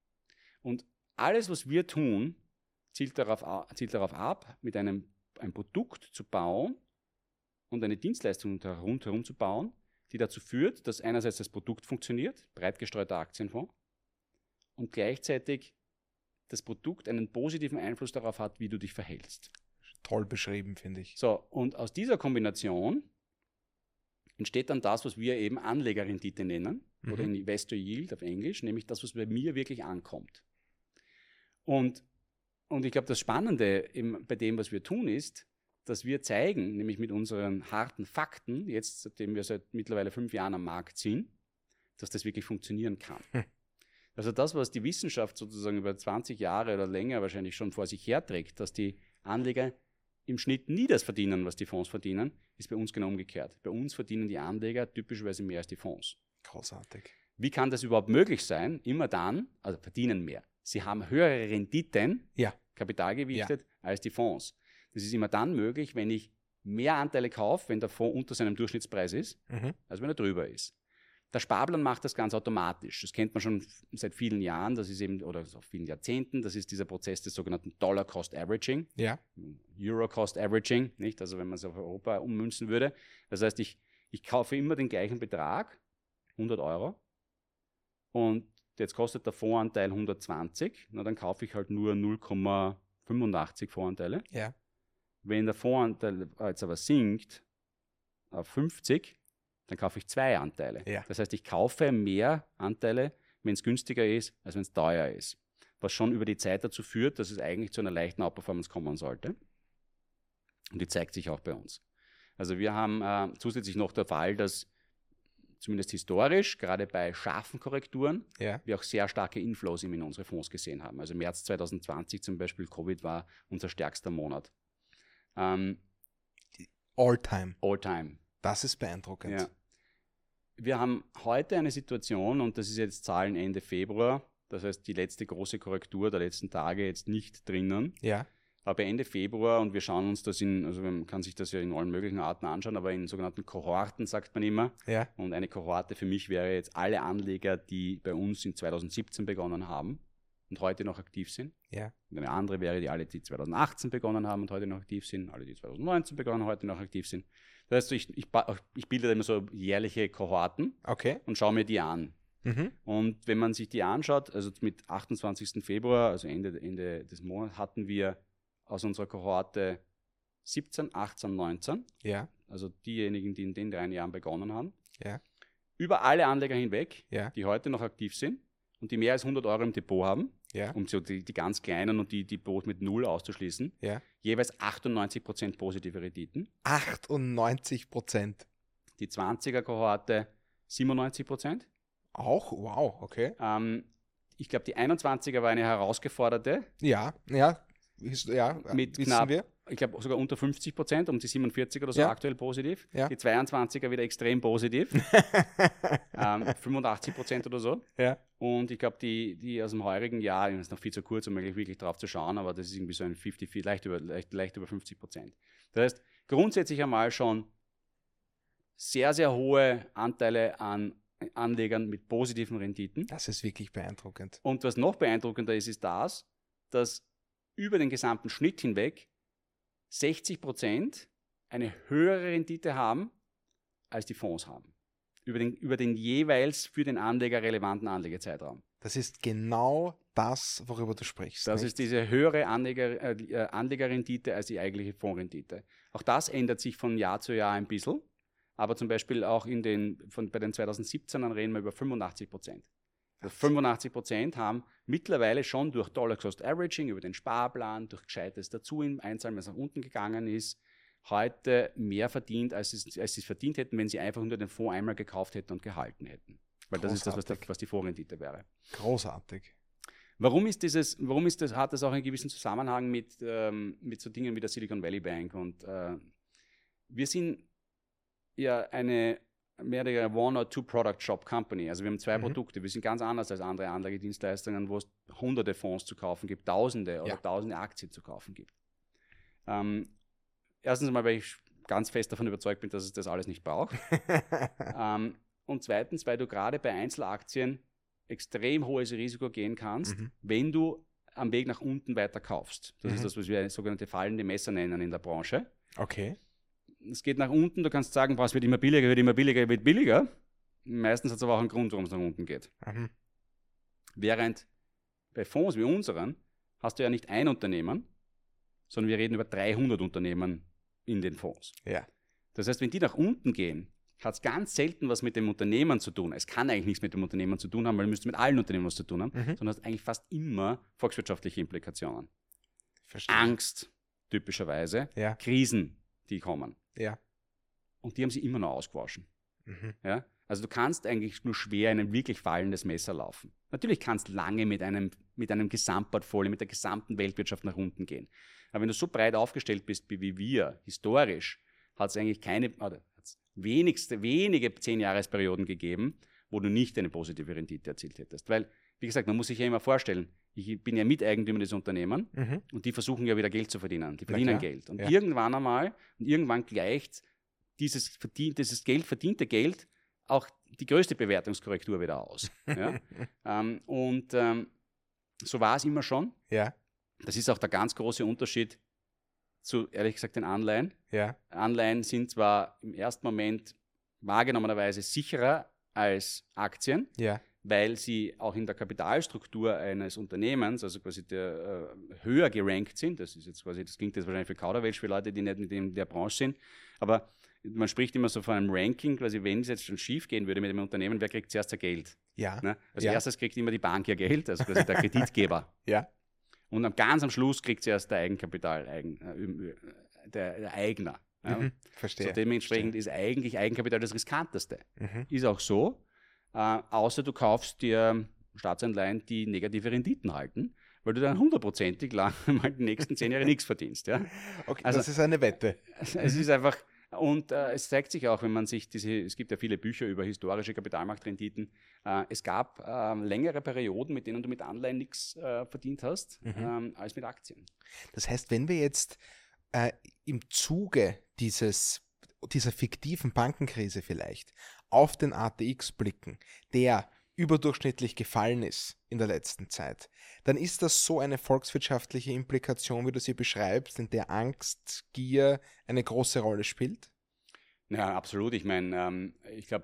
Und alles, was wir tun, zielt darauf, zielt darauf ab, mit einem ein Produkt zu bauen und eine Dienstleistung rundherum zu bauen, die dazu führt, dass einerseits das Produkt funktioniert, breit gestreuter Aktienfonds, und gleichzeitig das Produkt einen positiven Einfluss darauf hat, wie du dich verhältst. Toll beschrieben, finde ich. So, und aus dieser Kombination entsteht dann das, was wir eben Anlegerrendite nennen, mhm. oder Investor Yield auf Englisch, nämlich das, was bei mir wirklich ankommt. Und, und ich glaube, das Spannende im, bei dem, was wir tun, ist, dass wir zeigen, nämlich mit unseren harten Fakten, jetzt, seitdem wir seit mittlerweile fünf Jahren am Markt sind, dass das wirklich funktionieren kann. Hm. Also das, was die Wissenschaft sozusagen über zwanzig Jahre oder länger wahrscheinlich schon vor sich herträgt, dass die Anleger im Schnitt nie das verdienen, was die Fonds verdienen, ist bei uns genau umgekehrt. Bei uns verdienen die Anleger typischerweise mehr als die Fonds. Großartig. Wie kann das überhaupt möglich sein? Immer dann, also verdienen mehr. Sie haben höhere Renditen, ja. kapitalgewichtet, ja. als die Fonds. Das ist immer dann möglich, wenn ich mehr Anteile kaufe, wenn der Fonds unter seinem Durchschnittspreis ist, mhm. als wenn er drüber ist. Der Sparplan macht das ganz automatisch. Das kennt man schon seit vielen Jahren, das ist eben, oder seit vielen Jahrzehnten, das ist dieser Prozess des sogenannten Dollar Cost Averaging, ja. Euro Cost Averaging, nicht? Also wenn man es auf Europa ummünzen würde. Das heißt, ich, ich kaufe immer den gleichen Betrag, hundert Euro, und jetzt kostet der Fondsanteil hundertzwanzig, na, dann kaufe ich halt nur null Komma fünfundachtzig Fondsanteile. Ja. Wenn der Fondsanteil jetzt aber sinkt auf fünfzig, dann kaufe ich zwei Anteile. Ja. Das heißt, ich kaufe mehr Anteile, wenn es günstiger ist, als wenn es teuer ist. Was schon über die Zeit dazu führt, dass es eigentlich zu einer leichten Outperformance kommen sollte. Und die zeigt sich auch bei uns. Also wir haben äh, zusätzlich noch der Fall, dass zumindest historisch, gerade bei scharfen Korrekturen, ja. wir auch sehr starke Inflows in unsere Fonds gesehen haben. Also März zwanzig zwanzig zum Beispiel, Covid war unser stärkster Monat. Ähm, All-time. All-time. Das ist beeindruckend. Ja. Wir haben heute eine Situation, und das ist jetzt Zahlen Ende Februar, das heißt die letzte große Korrektur der letzten Tage jetzt nicht drinnen. Ja. Aber Ende Februar, und wir schauen uns das in, also man kann sich das ja in allen möglichen Arten anschauen, aber in sogenannten Kohorten, sagt man immer. Ja. Und eine Kohorte für mich wäre jetzt alle Anleger, die bei uns in zwanzig siebzehn begonnen haben und heute noch aktiv sind. Ja. Und eine andere wäre die alle, die zwanzig achtzehn begonnen haben und heute noch aktiv sind, alle, die zwanzig neunzehn begonnen haben, heute noch aktiv sind. Das heißt, ich, ich, ich bilde immer so jährliche Kohorten, okay. und schaue mir die an. Mhm. Und wenn man sich die anschaut, also mit achtundzwanzigsten Februar, also Ende, Ende des Monats, hatten wir aus unserer Kohorte siebzehn, achtzehn, neunzehn, ja. also diejenigen, die in den drei Jahren begonnen haben, ja. über alle Anleger hinweg, ja. die heute noch aktiv sind und die mehr als hundert Euro im Depot haben, ja. um so die, die ganz kleinen und die Depots mit null auszuschließen, ja. jeweils achtundneunzig Prozent positive Renditen. achtundneunzig Prozent. Die zwanziger-Kohorte siebenundneunzig Prozent. Auch? Wow, okay. Ähm, ich glaube, die einundzwanziger war eine herausgeforderte. Ja, ja. Ja, mit wissen knapp, wir. ich glaube sogar unter fünfzig Prozent, um die siebenundvierzig oder so ja. aktuell positiv. Ja. Die zweiundzwanziger wieder extrem positiv, ähm, fünfundachtzig Prozent oder so. Ja. Und ich glaube, die, die aus dem heurigen Jahr, das ist noch viel zu kurz, um wirklich, wirklich drauf zu schauen, aber das ist irgendwie so ein fünfzig, leicht über, leicht, leicht über fünfzig Prozent. Das heißt, grundsätzlich einmal schon sehr, sehr hohe Anteile an Anlegern mit positiven Renditen. Das ist wirklich beeindruckend. Und was noch beeindruckender ist, ist das, dass über den gesamten Schnitt hinweg sechzig Prozent eine höhere Rendite haben, als die Fonds haben. Über den, über den jeweils für den Anleger relevanten Anlegezeitraum. Das ist genau das, worüber du sprichst. Das nicht? ist diese höhere Anleger, äh, Anlegerrendite als die eigentliche Fondsrendite. Auch das ändert sich von Jahr zu Jahr ein bisschen. Aber zum Beispiel auch in den, von, bei den zwanzig siebzehnern reden wir über fünfundachtzig Prozent. Also fünfundachtzig Prozent haben mittlerweile schon durch Dollar Cost Averaging, über den Sparplan, durch Gescheites dazu im Einzahlen, wenn es nach unten gegangen ist, heute mehr verdient, als sie, als sie es verdient hätten, wenn sie einfach nur den Fonds einmal gekauft hätten und gehalten hätten. Weil das ist das, was, der, was die Vorrendite wäre. Großartig. Warum ist dieses, warum ist das, hat das auch einen gewissen Zusammenhang mit, ähm, mit so Dingen wie der Silicon Valley Bank? Und äh, wir sind ja eine mehr oder weniger One- or Two-Product-Shop-Company. Also wir haben zwei mhm. Produkte. Wir sind ganz anders als andere Anlagedienstleistungen, wo es hunderte Fonds zu kaufen gibt, tausende oder ja. tausende Aktien zu kaufen gibt. Ähm, erstens einmal, weil ich ganz fest davon überzeugt bin, dass es das alles nicht braucht. ähm, und zweitens, weil du gerade bei Einzelaktien extrem hohes Risiko gehen kannst, mhm. wenn du am Weg nach unten weiter kaufst. Das mhm. ist das, was wir eine sogenannte fallende Messer nennen in der Branche. Okay. Es geht nach unten, du kannst sagen, boah, es wird immer billiger, wird immer billiger, wird billiger. Meistens hat es aber auch einen Grund, warum es nach unten geht. Mhm. Während bei Fonds wie unseren hast du ja nicht ein Unternehmen, sondern wir reden über dreihundert Unternehmen in den Fonds. Ja. Das heißt, wenn die nach unten gehen, hat es ganz selten was mit dem Unternehmen zu tun. Es kann eigentlich nichts mit dem Unternehmen zu tun haben, weil du müsstest mit allen Unternehmen was zu tun haben, mhm. sondern hat eigentlich fast immer volkswirtschaftliche Implikationen. Verstehe. Angst, typischerweise, ja. Krisen, die kommen. Ja. Und die haben sie immer noch ausgewaschen. Mhm. Ja? Also du kannst eigentlich nur schwer in ein wirklich fallendes Messer laufen. Natürlich kannst du lange mit einem, mit einem Gesamtportfolio, mit der gesamten Weltwirtschaft nach unten gehen. Aber wenn du so breit aufgestellt bist wie wir, historisch, hat es eigentlich keine, oder hat's wenigste, wenige zehn-Jahres-Perioden gegeben, wo du nicht eine positive Rendite erzielt hättest. Weil, wie gesagt, man muss sich ja immer vorstellen, ich bin ja Miteigentümer des Unternehmens mhm. und die versuchen ja wieder Geld zu verdienen. Die verdienen Geld. Und ja. irgendwann einmal, und irgendwann gleicht dieses, verdient, dieses Geld, verdiente Geld auch die größte Bewertungskorrektur wieder aus. ja? ähm, und ähm, so war es immer schon. Ja. Das ist auch der ganz große Unterschied zu, ehrlich gesagt, den Anleihen. Ja. Anleihen sind zwar im ersten Moment wahrgenommenerweise sicherer als Aktien, ja. weil sie auch in der Kapitalstruktur eines Unternehmens, also quasi der, äh, höher gerankt sind. Das ist jetzt quasi, das klingt jetzt wahrscheinlich für Kauderwelsch für Leute, die nicht in der Branche sind, aber man spricht immer so von einem Ranking, quasi wenn es jetzt schon schief gehen würde mit dem Unternehmen, wer kriegt zuerst ihr Geld? Ja. Ne? Als ja. erstes kriegt immer die Bank ihr Geld, also quasi der Kreditgeber. ja. Und am, ganz am Schluss kriegt zuerst der Eigenkapital, Eigen, äh, der, der Eigner. Ja? Mhm. Verstehe. So dementsprechend Verstehe. ist eigentlich Eigenkapital das Riskanteste. Mhm. Ist auch so, äh, außer du kaufst dir Staatsanleihen, die negative Renditen halten, weil du dann hundertprozentig lang mal die nächsten zehn Jahre nichts verdienst. Ja? Okay, also, das ist eine Wette. Es ist einfach, und äh, es zeigt sich auch, wenn man sich diese, es gibt ja viele Bücher über historische Kapitalmarktrenditen, äh, es gab äh, längere Perioden, mit denen du mit Anleihen nichts äh, verdient hast, mhm. ähm, als mit Aktien. Das heißt, wenn wir jetzt äh, im Zuge dieses, dieser fiktiven Bankenkrise vielleicht auf den A T X blicken, der überdurchschnittlich gefallen ist in der letzten Zeit, dann ist das so eine volkswirtschaftliche Implikation, wie du sie beschreibst, in der Angst, Gier eine große Rolle spielt? Ja, absolut. Ich meine, ähm, ich glaube,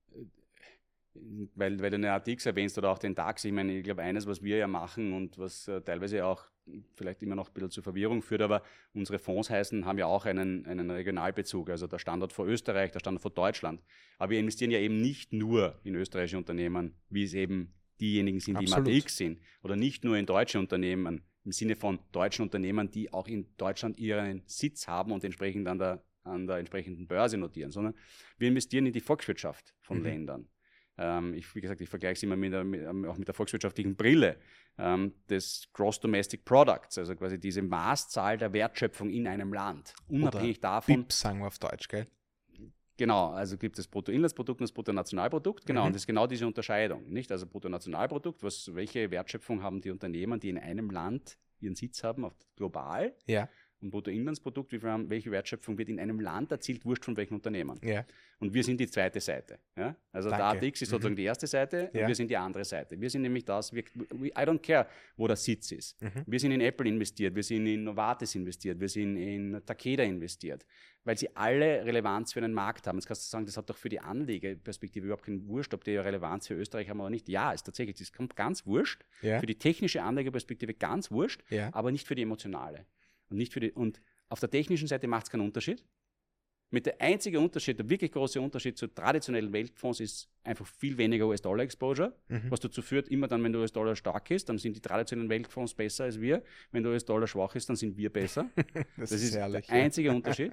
weil, weil du den A T X erwähnst oder auch den DAX, ich meine, ich glaube, eines, was wir ja machen und was äh, teilweise auch vielleicht immer noch ein bisschen zur Verwirrung führt, aber unsere Fonds heißen, haben ja auch einen, einen Regionalbezug, also der Standort vor Österreich, der Standort vor Deutschland. Aber wir investieren ja eben nicht nur in österreichische Unternehmen, wie es eben diejenigen sind, die Absolut. im A T X sind, oder nicht nur in deutsche Unternehmen, im Sinne von deutschen Unternehmen, die auch in Deutschland ihren Sitz haben und entsprechend an der, an der entsprechenden Börse notieren, sondern wir investieren in die Volkswirtschaft von mhm. Ländern. Ähm, ich, wie gesagt, ich vergleiche es immer mit der, mit, auch mit der volkswirtschaftlichen Brille ähm, des Gross Domestic Products, also quasi diese Maßzahl der Wertschöpfung in einem Land. Unabhängig Oder davon. B I P sagen wir auf Deutsch, gell? Genau, also gibt es das Bruttoinlandsprodukt und das Bruttonationalprodukt, genau, mhm. und das ist genau diese Unterscheidung, nicht? Also Bruttonationalprodukt, was, welche Wertschöpfung haben die Unternehmen, die in einem Land ihren Sitz haben, auf, global, ja. und Bruttoinlandsprodukt, wie viel haben, welche Wertschöpfung wird in einem Land erzielt, wurscht von welchem Unternehmen. Ja. Und wir sind die zweite Seite. Ja? Also Danke. der A T X ist sozusagen mhm. die erste Seite ja. und wir sind die andere Seite. Wir sind nämlich das, wir, I don't care, wo der Sitz ist. Mhm. Wir sind in Apple investiert, wir sind in Novartis investiert, wir sind in Takeda investiert, weil sie alle Relevanz für einen Markt haben. Jetzt kannst du sagen, das hat doch für die Anlegerperspektive überhaupt keinen Wurscht, ob die Relevanz für Österreich haben oder nicht. Ja, ist tatsächlich, das kommt ganz wurscht. Ja. Für die technische Anlegerperspektive ganz wurscht, ja. aber nicht für die emotionale. Und nicht für die, und auf der technischen Seite macht es keinen Unterschied, Mit der einzige Unterschied, der wirklich große Unterschied zu traditionellen Weltfonds ist einfach viel weniger U S-Dollar-Exposure, mhm. was dazu führt, immer dann, wenn der U S-Dollar stark ist, dann sind die traditionellen Weltfonds besser als wir. Wenn der U S-Dollar schwach ist, dann sind wir besser. das, das ist, ist herrlich, der einzige ja. Unterschied.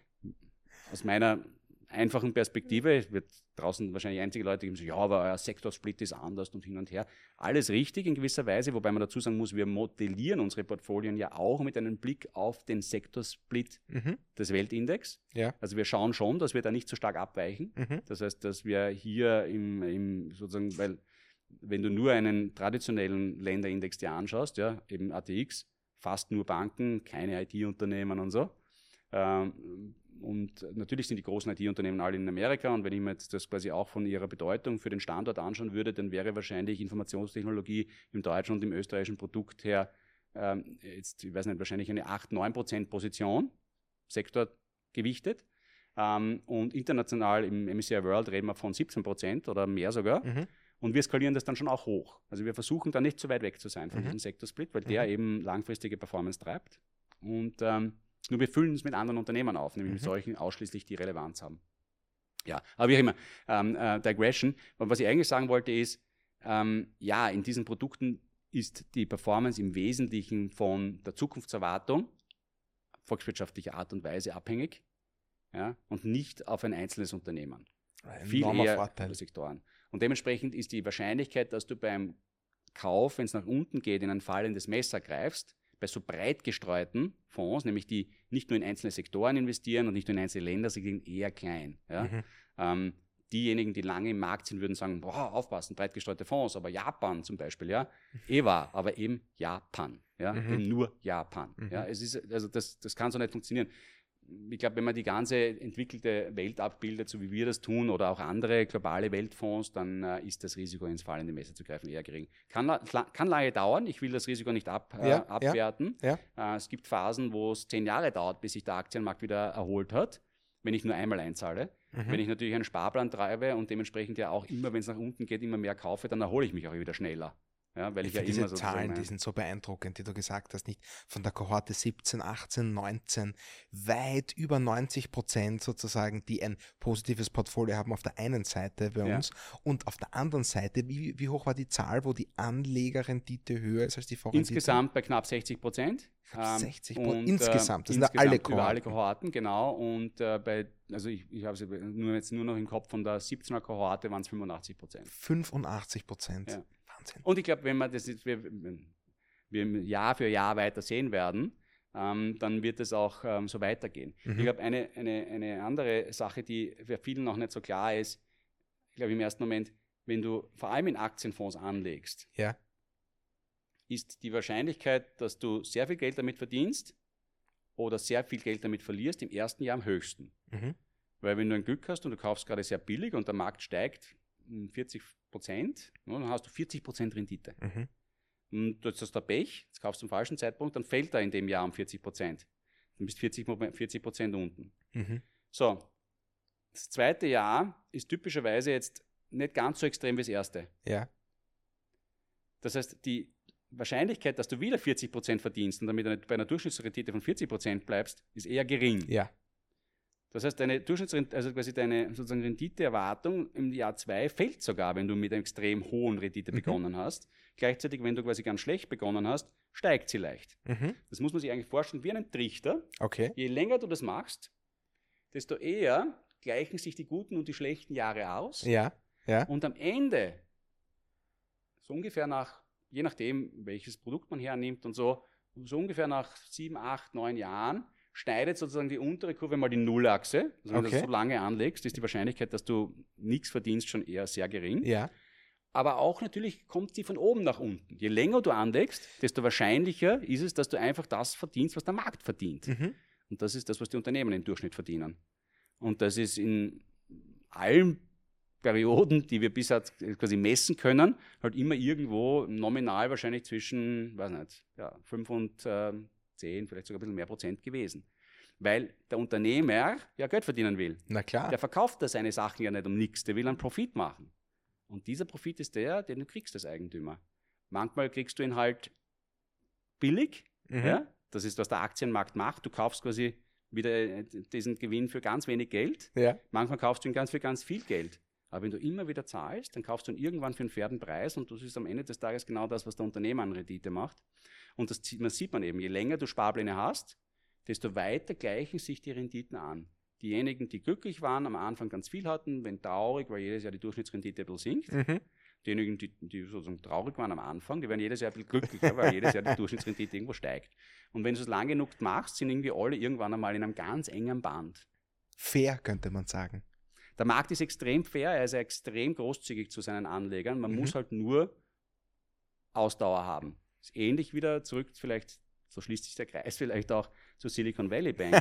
Aus meiner einfachen Perspektive, es wird draußen wahrscheinlich einzige Leute geben, so, ja, aber euer Sektorsplit ist anders und hin und her. Alles richtig in gewisser Weise, wobei man dazu sagen muss, wir modellieren unsere Portfolien ja auch mit einem Blick auf den Sektorsplit mhm. des Weltindex. Ja. Also wir schauen schon, dass wir da nicht so stark abweichen. Mhm. Das heißt, dass wir hier im, im sozusagen, weil wenn du nur einen traditionellen Länderindex dir anschaust, ja, eben A T X, fast nur Banken, keine I T-Unternehmen und so, ähm, und natürlich sind die großen I T-Unternehmen alle in Amerika und wenn ich mir jetzt das quasi auch von ihrer Bedeutung für den Standort anschauen würde, dann wäre wahrscheinlich Informationstechnologie im deutschen und im österreichischen Produkt her ähm, jetzt, ich weiß nicht, wahrscheinlich eine acht bis neun Prozent Position, Sektor gewichtet. Ähm, und international im M S C I World reden wir von siebzehn Prozent oder mehr sogar. Mhm. Und wir skalieren das dann schon auch hoch. Also wir versuchen da nicht zu weit weg zu sein von mhm. diesem Sektorsplit, weil mhm. der eben langfristige Performance treibt. Und ähm, nur wir füllen es mit anderen Unternehmen auf, nämlich mhm. mit solchen ausschließlich, die Relevanz haben. Ja, aber wie auch immer, ähm, äh, Digression. Und was ich eigentlich sagen wollte ist, ähm, ja, in diesen Produkten ist die Performance im Wesentlichen von der Zukunftserwartung, volkswirtschaftlicher Art und Weise abhängig, ja, und nicht auf ein einzelnes Unternehmen. Ein Viel eher Vorteil. über Sektoren. Und dementsprechend ist die Wahrscheinlichkeit, dass du beim Kauf, wenn es nach unten geht, in ein fallendes Messer greifst, bei so breit gestreuten Fonds, nämlich die nicht nur in einzelne Sektoren investieren und nicht nur in einzelne Länder, sind eher klein. Ja? Mhm. Ähm, diejenigen, die lange im Markt sind, würden sagen, boah, aufpassen, breit gestreute Fonds, aber Japan zum Beispiel, ja, eh wahr, aber eben Japan, ja, mhm. eben nur Japan. Mhm. Ja? Es ist, also das, das kann so nicht funktionieren. Ich glaube, wenn man die ganze entwickelte Welt abbildet, so wie wir das tun, oder auch andere globale Weltfonds, dann äh, ist das Risiko, ins fallende Messer zu greifen, eher gering. Kann, kann lange dauern. Ich will das Risiko nicht ab, äh, ja, abwerten. Ja, ja. Äh, es gibt Phasen, wo es zehn Jahre dauert, bis sich der Aktienmarkt wieder erholt hat, wenn ich nur einmal einzahle. Mhm. Wenn ich natürlich einen Sparplan treibe und dementsprechend ja auch immer, wenn es nach unten geht, immer mehr kaufe, dann erhole ich mich auch wieder schneller. Ja, weil ich, ich ja diese immer so Zahlen, mein, die sind so beeindruckend, die du gesagt hast, nicht von der Kohorte siebzehn, achtzehn, neunzehn, weit über neunzig Prozent sozusagen, die ein positives Portfolio haben auf der einen Seite bei uns ja. und auf der anderen Seite, wie, wie hoch war die Zahl, wo die Anlegerrendite höher ist als die Vorrendite? Insgesamt bei knapp sechzig Prozent. sechzig Prozent, insgesamt, das äh, sind alle Kohorten. Über alle Kohorten, genau, und äh, bei, also ich, ich habe es nur, jetzt nur noch im Kopf, von der siebzehner Kohorte waren es fünfundachtzig Prozent. fünfundachtzig Prozent. Ja. Und ich glaube, wenn wir das jetzt, wir, wir Jahr für Jahr weiter sehen werden, ähm, dann wird es auch ähm, so weitergehen. Mhm. Ich glaube, eine, eine, eine andere Sache, die für vielen noch nicht so klar ist, ich glaube im ersten Moment, wenn du vor allem in Aktienfonds anlegst, ja. ist die Wahrscheinlichkeit, dass du sehr viel Geld damit verdienst oder sehr viel Geld damit verlierst, im ersten Jahr am höchsten. Mhm. Weil wenn du ein Glück hast und du kaufst gerade sehr billig und der Markt steigt um vierzig Prozent, dann hast du vierzig Prozent Rendite. Mhm. Und jetzt hast du Pech, jetzt kaufst du zum falschen Zeitpunkt, dann fällt er in dem Jahr um vierzig Prozent. Dann bist du vierzig Prozent unten. Mhm. So, das zweite Jahr ist typischerweise jetzt nicht ganz so extrem wie das erste. Ja. Das heißt, die Wahrscheinlichkeit, dass du wieder vierzig Prozent verdienst und damit bei einer Durchschnittsrendite von vierzig Prozent bleibst, ist eher gering. Ja. Das heißt, deine Durchschnittsrendite, also quasi deine sozusagen Renditeerwartung im Jahr zwei fällt sogar, wenn du mit einer extrem hohen Rendite mhm. begonnen hast. Gleichzeitig, wenn du quasi ganz schlecht begonnen hast, steigt sie leicht. Mhm. Das muss man sich eigentlich vorstellen wie einen Trichter. Okay. Je länger du das machst, desto eher gleichen sich die guten und die schlechten Jahre aus. Ja. Ja. Und am Ende, so ungefähr nach, je nachdem, welches Produkt man hernimmt und so, so ungefähr nach sieben, acht, neun Jahren, schneidet sozusagen die untere Kurve mal die Nullachse. Also wenn okay. du das so lange anlegst, ist die Wahrscheinlichkeit, dass du nichts verdienst, schon eher sehr gering. Ja. Aber auch natürlich kommt sie von oben nach unten. Je länger du anlegst, desto wahrscheinlicher ist es, dass du einfach das verdienst, was der Markt verdient. Mhm. Und das ist das, was die Unternehmen im Durchschnitt verdienen. Und das ist in allen Perioden, die wir bisher quasi messen können, halt immer irgendwo nominal wahrscheinlich zwischen, weiß nicht, ja, fünf und äh, zehn, vielleicht sogar ein bisschen mehr Prozent gewesen. Weil der Unternehmer ja Geld verdienen will. Na klar. Der verkauft da seine Sachen ja nicht um nichts, der will einen Profit machen. Und dieser Profit ist der, den du kriegst als Eigentümer. Manchmal kriegst du ihn halt billig, mhm. ja? Das ist, was der Aktienmarkt macht. Du kaufst quasi, wieder diesen Gewinn für ganz wenig Geld. Ja. Manchmal kaufst du ihn ganz für ganz viel Geld. Aber wenn du immer wieder zahlst, dann kaufst du ihn irgendwann für einen fairen Preis und das ist am Ende des Tages genau das, was der Unternehmer an Rendite macht. Und das sieht man, sieht man eben, je länger du Sparpläne hast, desto weiter gleichen sich die Renditen an. Diejenigen, die glücklich waren, am Anfang ganz viel hatten, wenn traurig, weil jedes Jahr die Durchschnittsrendite ein bisschen sinkt. Mhm. Diejenigen, die, die sozusagen traurig waren am Anfang, die werden jedes Jahr ein bisschen glücklicher, weil jedes Jahr die Durchschnittsrendite irgendwo steigt. Und wenn du es lang genug machst, sind irgendwie alle irgendwann einmal in einem ganz engen Band. Fair, könnte man sagen. Der Markt ist extrem fair, er ist extrem großzügig zu seinen Anlegern. Man mhm. muss halt nur Ausdauer haben. Das ist ähnlich wieder zurück, vielleicht, so schließt sich der Kreis vielleicht auch zur Silicon Valley Bank.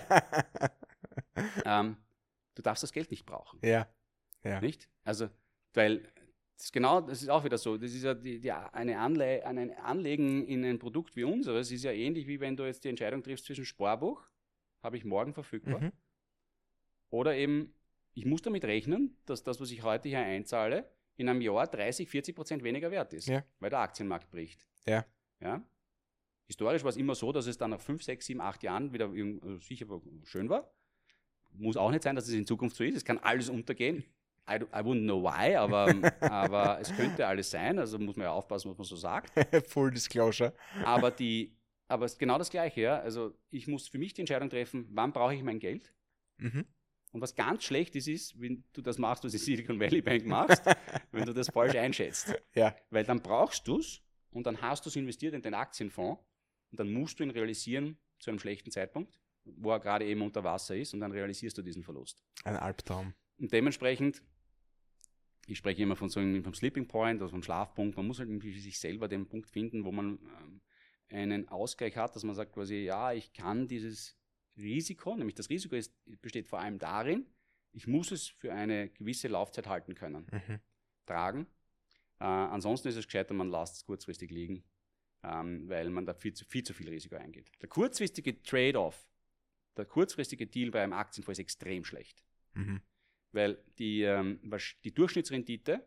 ähm, du darfst das Geld nicht brauchen. Ja. ja. Nicht? Also, weil das ist genau, das ist auch wieder so. Das ist ja die, die, eine Anle ein Anlegen in ein Produkt wie unseres ist ja ähnlich wie wenn du jetzt die Entscheidung triffst zwischen Sparbuch, habe ich morgen verfügbar, mhm. oder eben ich muss damit rechnen, dass das, was ich heute hier einzahle, in einem Jahr dreißig, vierzig Prozent weniger wert ist, ja. weil der Aktienmarkt bricht. Ja. Ja? Historisch war es immer so, dass es dann nach fünf, sechs, sieben, acht Jahren wieder also sicher schön war. Muss auch nicht sein, dass es in Zukunft so ist. Es kann alles untergehen. I, I wouldn't know why, aber, aber es könnte alles sein. Also muss man ja aufpassen, was man so sagt. Full Disclosure. Aber, die, aber es ist genau das Gleiche. Ja? Also ich muss für mich die Entscheidung treffen, wann brauche ich mein Geld? Mhm. Und was ganz schlecht ist, ist, wenn du das machst, was die Silicon Valley Bank machst, wenn du das falsch einschätzt. Ja. Weil dann brauchst du es und dann hast du es investiert in den Aktienfonds und dann musst du ihn realisieren zu einem schlechten Zeitpunkt, wo er gerade eben unter Wasser ist und dann realisierst du diesen Verlust. Ein Albtraum. Und dementsprechend, ich spreche immer von so einem vom Sleeping Point, also vom Schlafpunkt, man muss halt irgendwie für sich selber den Punkt finden, wo man ähm, einen Ausgleich hat, dass man sagt quasi, ja, ich kann dieses Risiko, nämlich das Risiko ist, besteht vor allem darin, ich muss es für eine gewisse Laufzeit halten können, mhm. tragen. Äh, ansonsten ist es gescheiter, man lässt es kurzfristig liegen, ähm, weil man da viel zu, viel zu viel Risiko eingeht. Der kurzfristige Trade-off, der kurzfristige Deal bei einem Aktienfonds ist extrem schlecht. Mhm. Weil die, ähm, die Durchschnittsrendite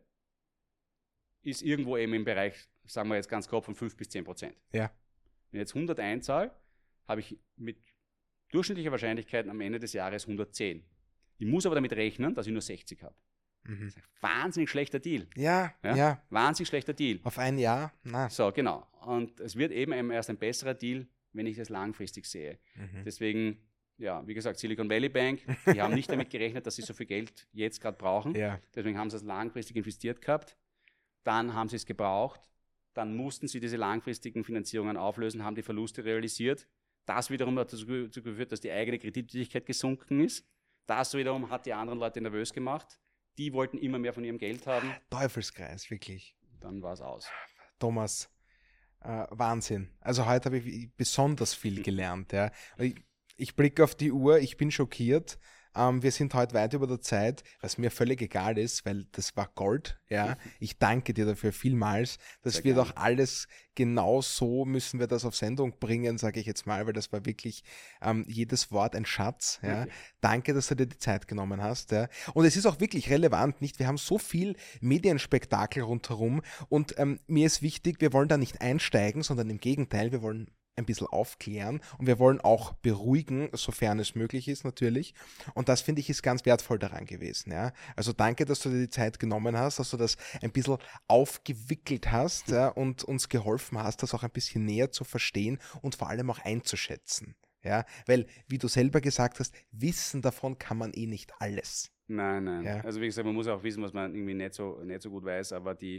ist irgendwo eben im Bereich, sagen wir jetzt ganz grob, von fünf bis zehn Prozent. Ja. Wenn ich jetzt hundert einzahle, habe ich mit durchschnittliche Wahrscheinlichkeit am Ende des Jahres hundertzehn. Ich muss aber damit rechnen, dass ich nur sechzig habe. Mhm. Das ist ein wahnsinnig schlechter Deal. Ja, ja, ja. Wahnsinnig schlechter Deal. Auf ein Jahr? Na. So, genau. Und es wird eben erst ein besserer Deal, wenn ich es langfristig sehe. Mhm. Deswegen, ja, wie gesagt, Silicon Valley Bank, die haben nicht damit gerechnet, dass sie so viel Geld jetzt gerade brauchen. Ja. Deswegen haben sie es langfristig investiert gehabt. Dann haben sie es gebraucht. Dann mussten sie diese langfristigen Finanzierungen auflösen, haben die Verluste realisiert. Das wiederum hat dazu geführt, dass die eigene Kreditwürdigkeit gesunken ist. Das wiederum hat die anderen Leute nervös gemacht. Die wollten immer mehr von ihrem Geld haben. Teufelskreis, wirklich. Dann war es aus. Thomas, äh, Wahnsinn. Also heute habe ich besonders viel gelernt. Ja. Ich, ich blicke auf die Uhr, ich bin schockiert. Ähm, wir sind heute weit über der Zeit, was mir völlig egal ist, weil das war Gold. Ja, ich danke dir dafür vielmals. Das Sehr wird gerne. Auch alles genau so, müssen wir das auf Sendung bringen, sage ich jetzt mal, weil das war wirklich ähm, jedes Wort ein Schatz. Ja. Okay. Danke, dass du dir die Zeit genommen hast. Ja. Und es ist auch wirklich relevant, nicht? Wir haben so viel Medienspektakel rundherum und ähm, mir ist wichtig, wir wollen da nicht einsteigen, sondern im Gegenteil, wir wollen ein bisschen aufklären und wir wollen auch beruhigen, sofern es möglich ist natürlich. Und das, finde ich, ist ganz wertvoll daran gewesen. Ja? Also danke, dass du dir die Zeit genommen hast, dass du das ein bisschen aufgewickelt hast, ja, und uns geholfen hast, das auch ein bisschen näher zu verstehen und vor allem auch einzuschätzen. Ja? Weil, wie du selber gesagt hast, wissen davon kann man eh nicht alles. Nein, nein. Ja? Also wie gesagt, man muss auch wissen, was man irgendwie nicht so, nicht so gut weiß, aber die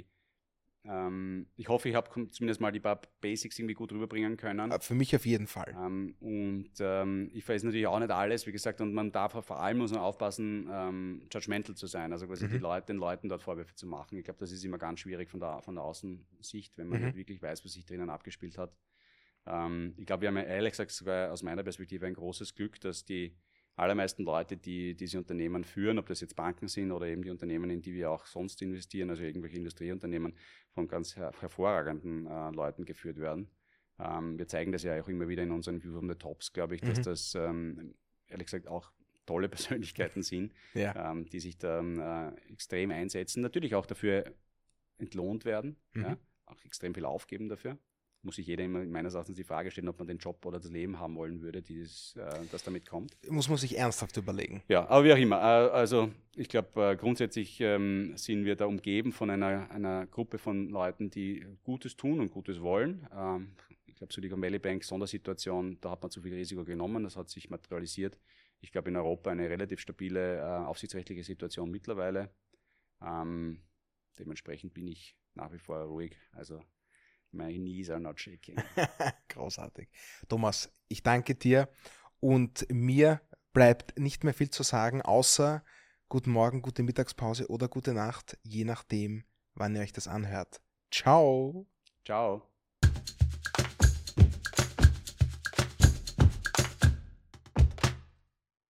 Ähm, ich hoffe, ich habe zumindest mal die paar Basics irgendwie gut rüberbringen können. Für mich auf jeden Fall. Ähm, und ähm, ich weiß natürlich auch nicht alles, wie gesagt, und man darf vor allem muss man aufpassen, ähm, judgmental zu sein, also quasi mhm. die Leute, den Leuten dort Vorwürfe zu machen. Ich glaube, das ist immer ganz schwierig von der, von der Außensicht, wenn man mhm. nicht wirklich weiß, was sich drinnen abgespielt hat. Ähm, ich glaube, wir haben ja ehrlich gesagt sogar aus meiner Perspektive ein großes Glück, dass die allermeisten Leute, die diese Unternehmen führen, ob das jetzt Banken sind oder eben die Unternehmen, in die wir auch sonst investieren, also irgendwelche Industrieunternehmen, von ganz her- hervorragenden äh, Leuten geführt werden. Ähm, wir zeigen das ja auch immer wieder in unseren View from the Tops, glaube ich, dass mhm. das ähm, ehrlich gesagt auch tolle Persönlichkeiten sind, ja. ähm, die sich dann äh, extrem einsetzen, natürlich auch dafür entlohnt werden, mhm. ja, auch extrem viel aufgeben dafür. muss sich jeder immer meines Erachtens die Frage stellen, ob man den Job oder das Leben haben wollen würde, dieses, äh, das damit kommt. Muss man sich ernsthaft überlegen. Ja, aber wie auch immer. Äh, also ich glaube, äh, grundsätzlich ähm, sind wir da umgeben von einer, einer Gruppe von Leuten, die Gutes tun und Gutes wollen. Ähm, ich glaube, Silicon Valley Bank, Sondersituation, da hat man zu viel Risiko genommen, das hat sich materialisiert. Ich glaube, in Europa eine relativ stabile äh, aufsichtsrechtliche Situation mittlerweile. Ähm, dementsprechend bin ich nach wie vor ruhig. Also my knees are not shaking. Großartig. Thomas, ich danke dir und mir bleibt nicht mehr viel zu sagen, außer guten Morgen, gute Mittagspause oder gute Nacht, je nachdem, wann ihr euch das anhört. Ciao. Ciao.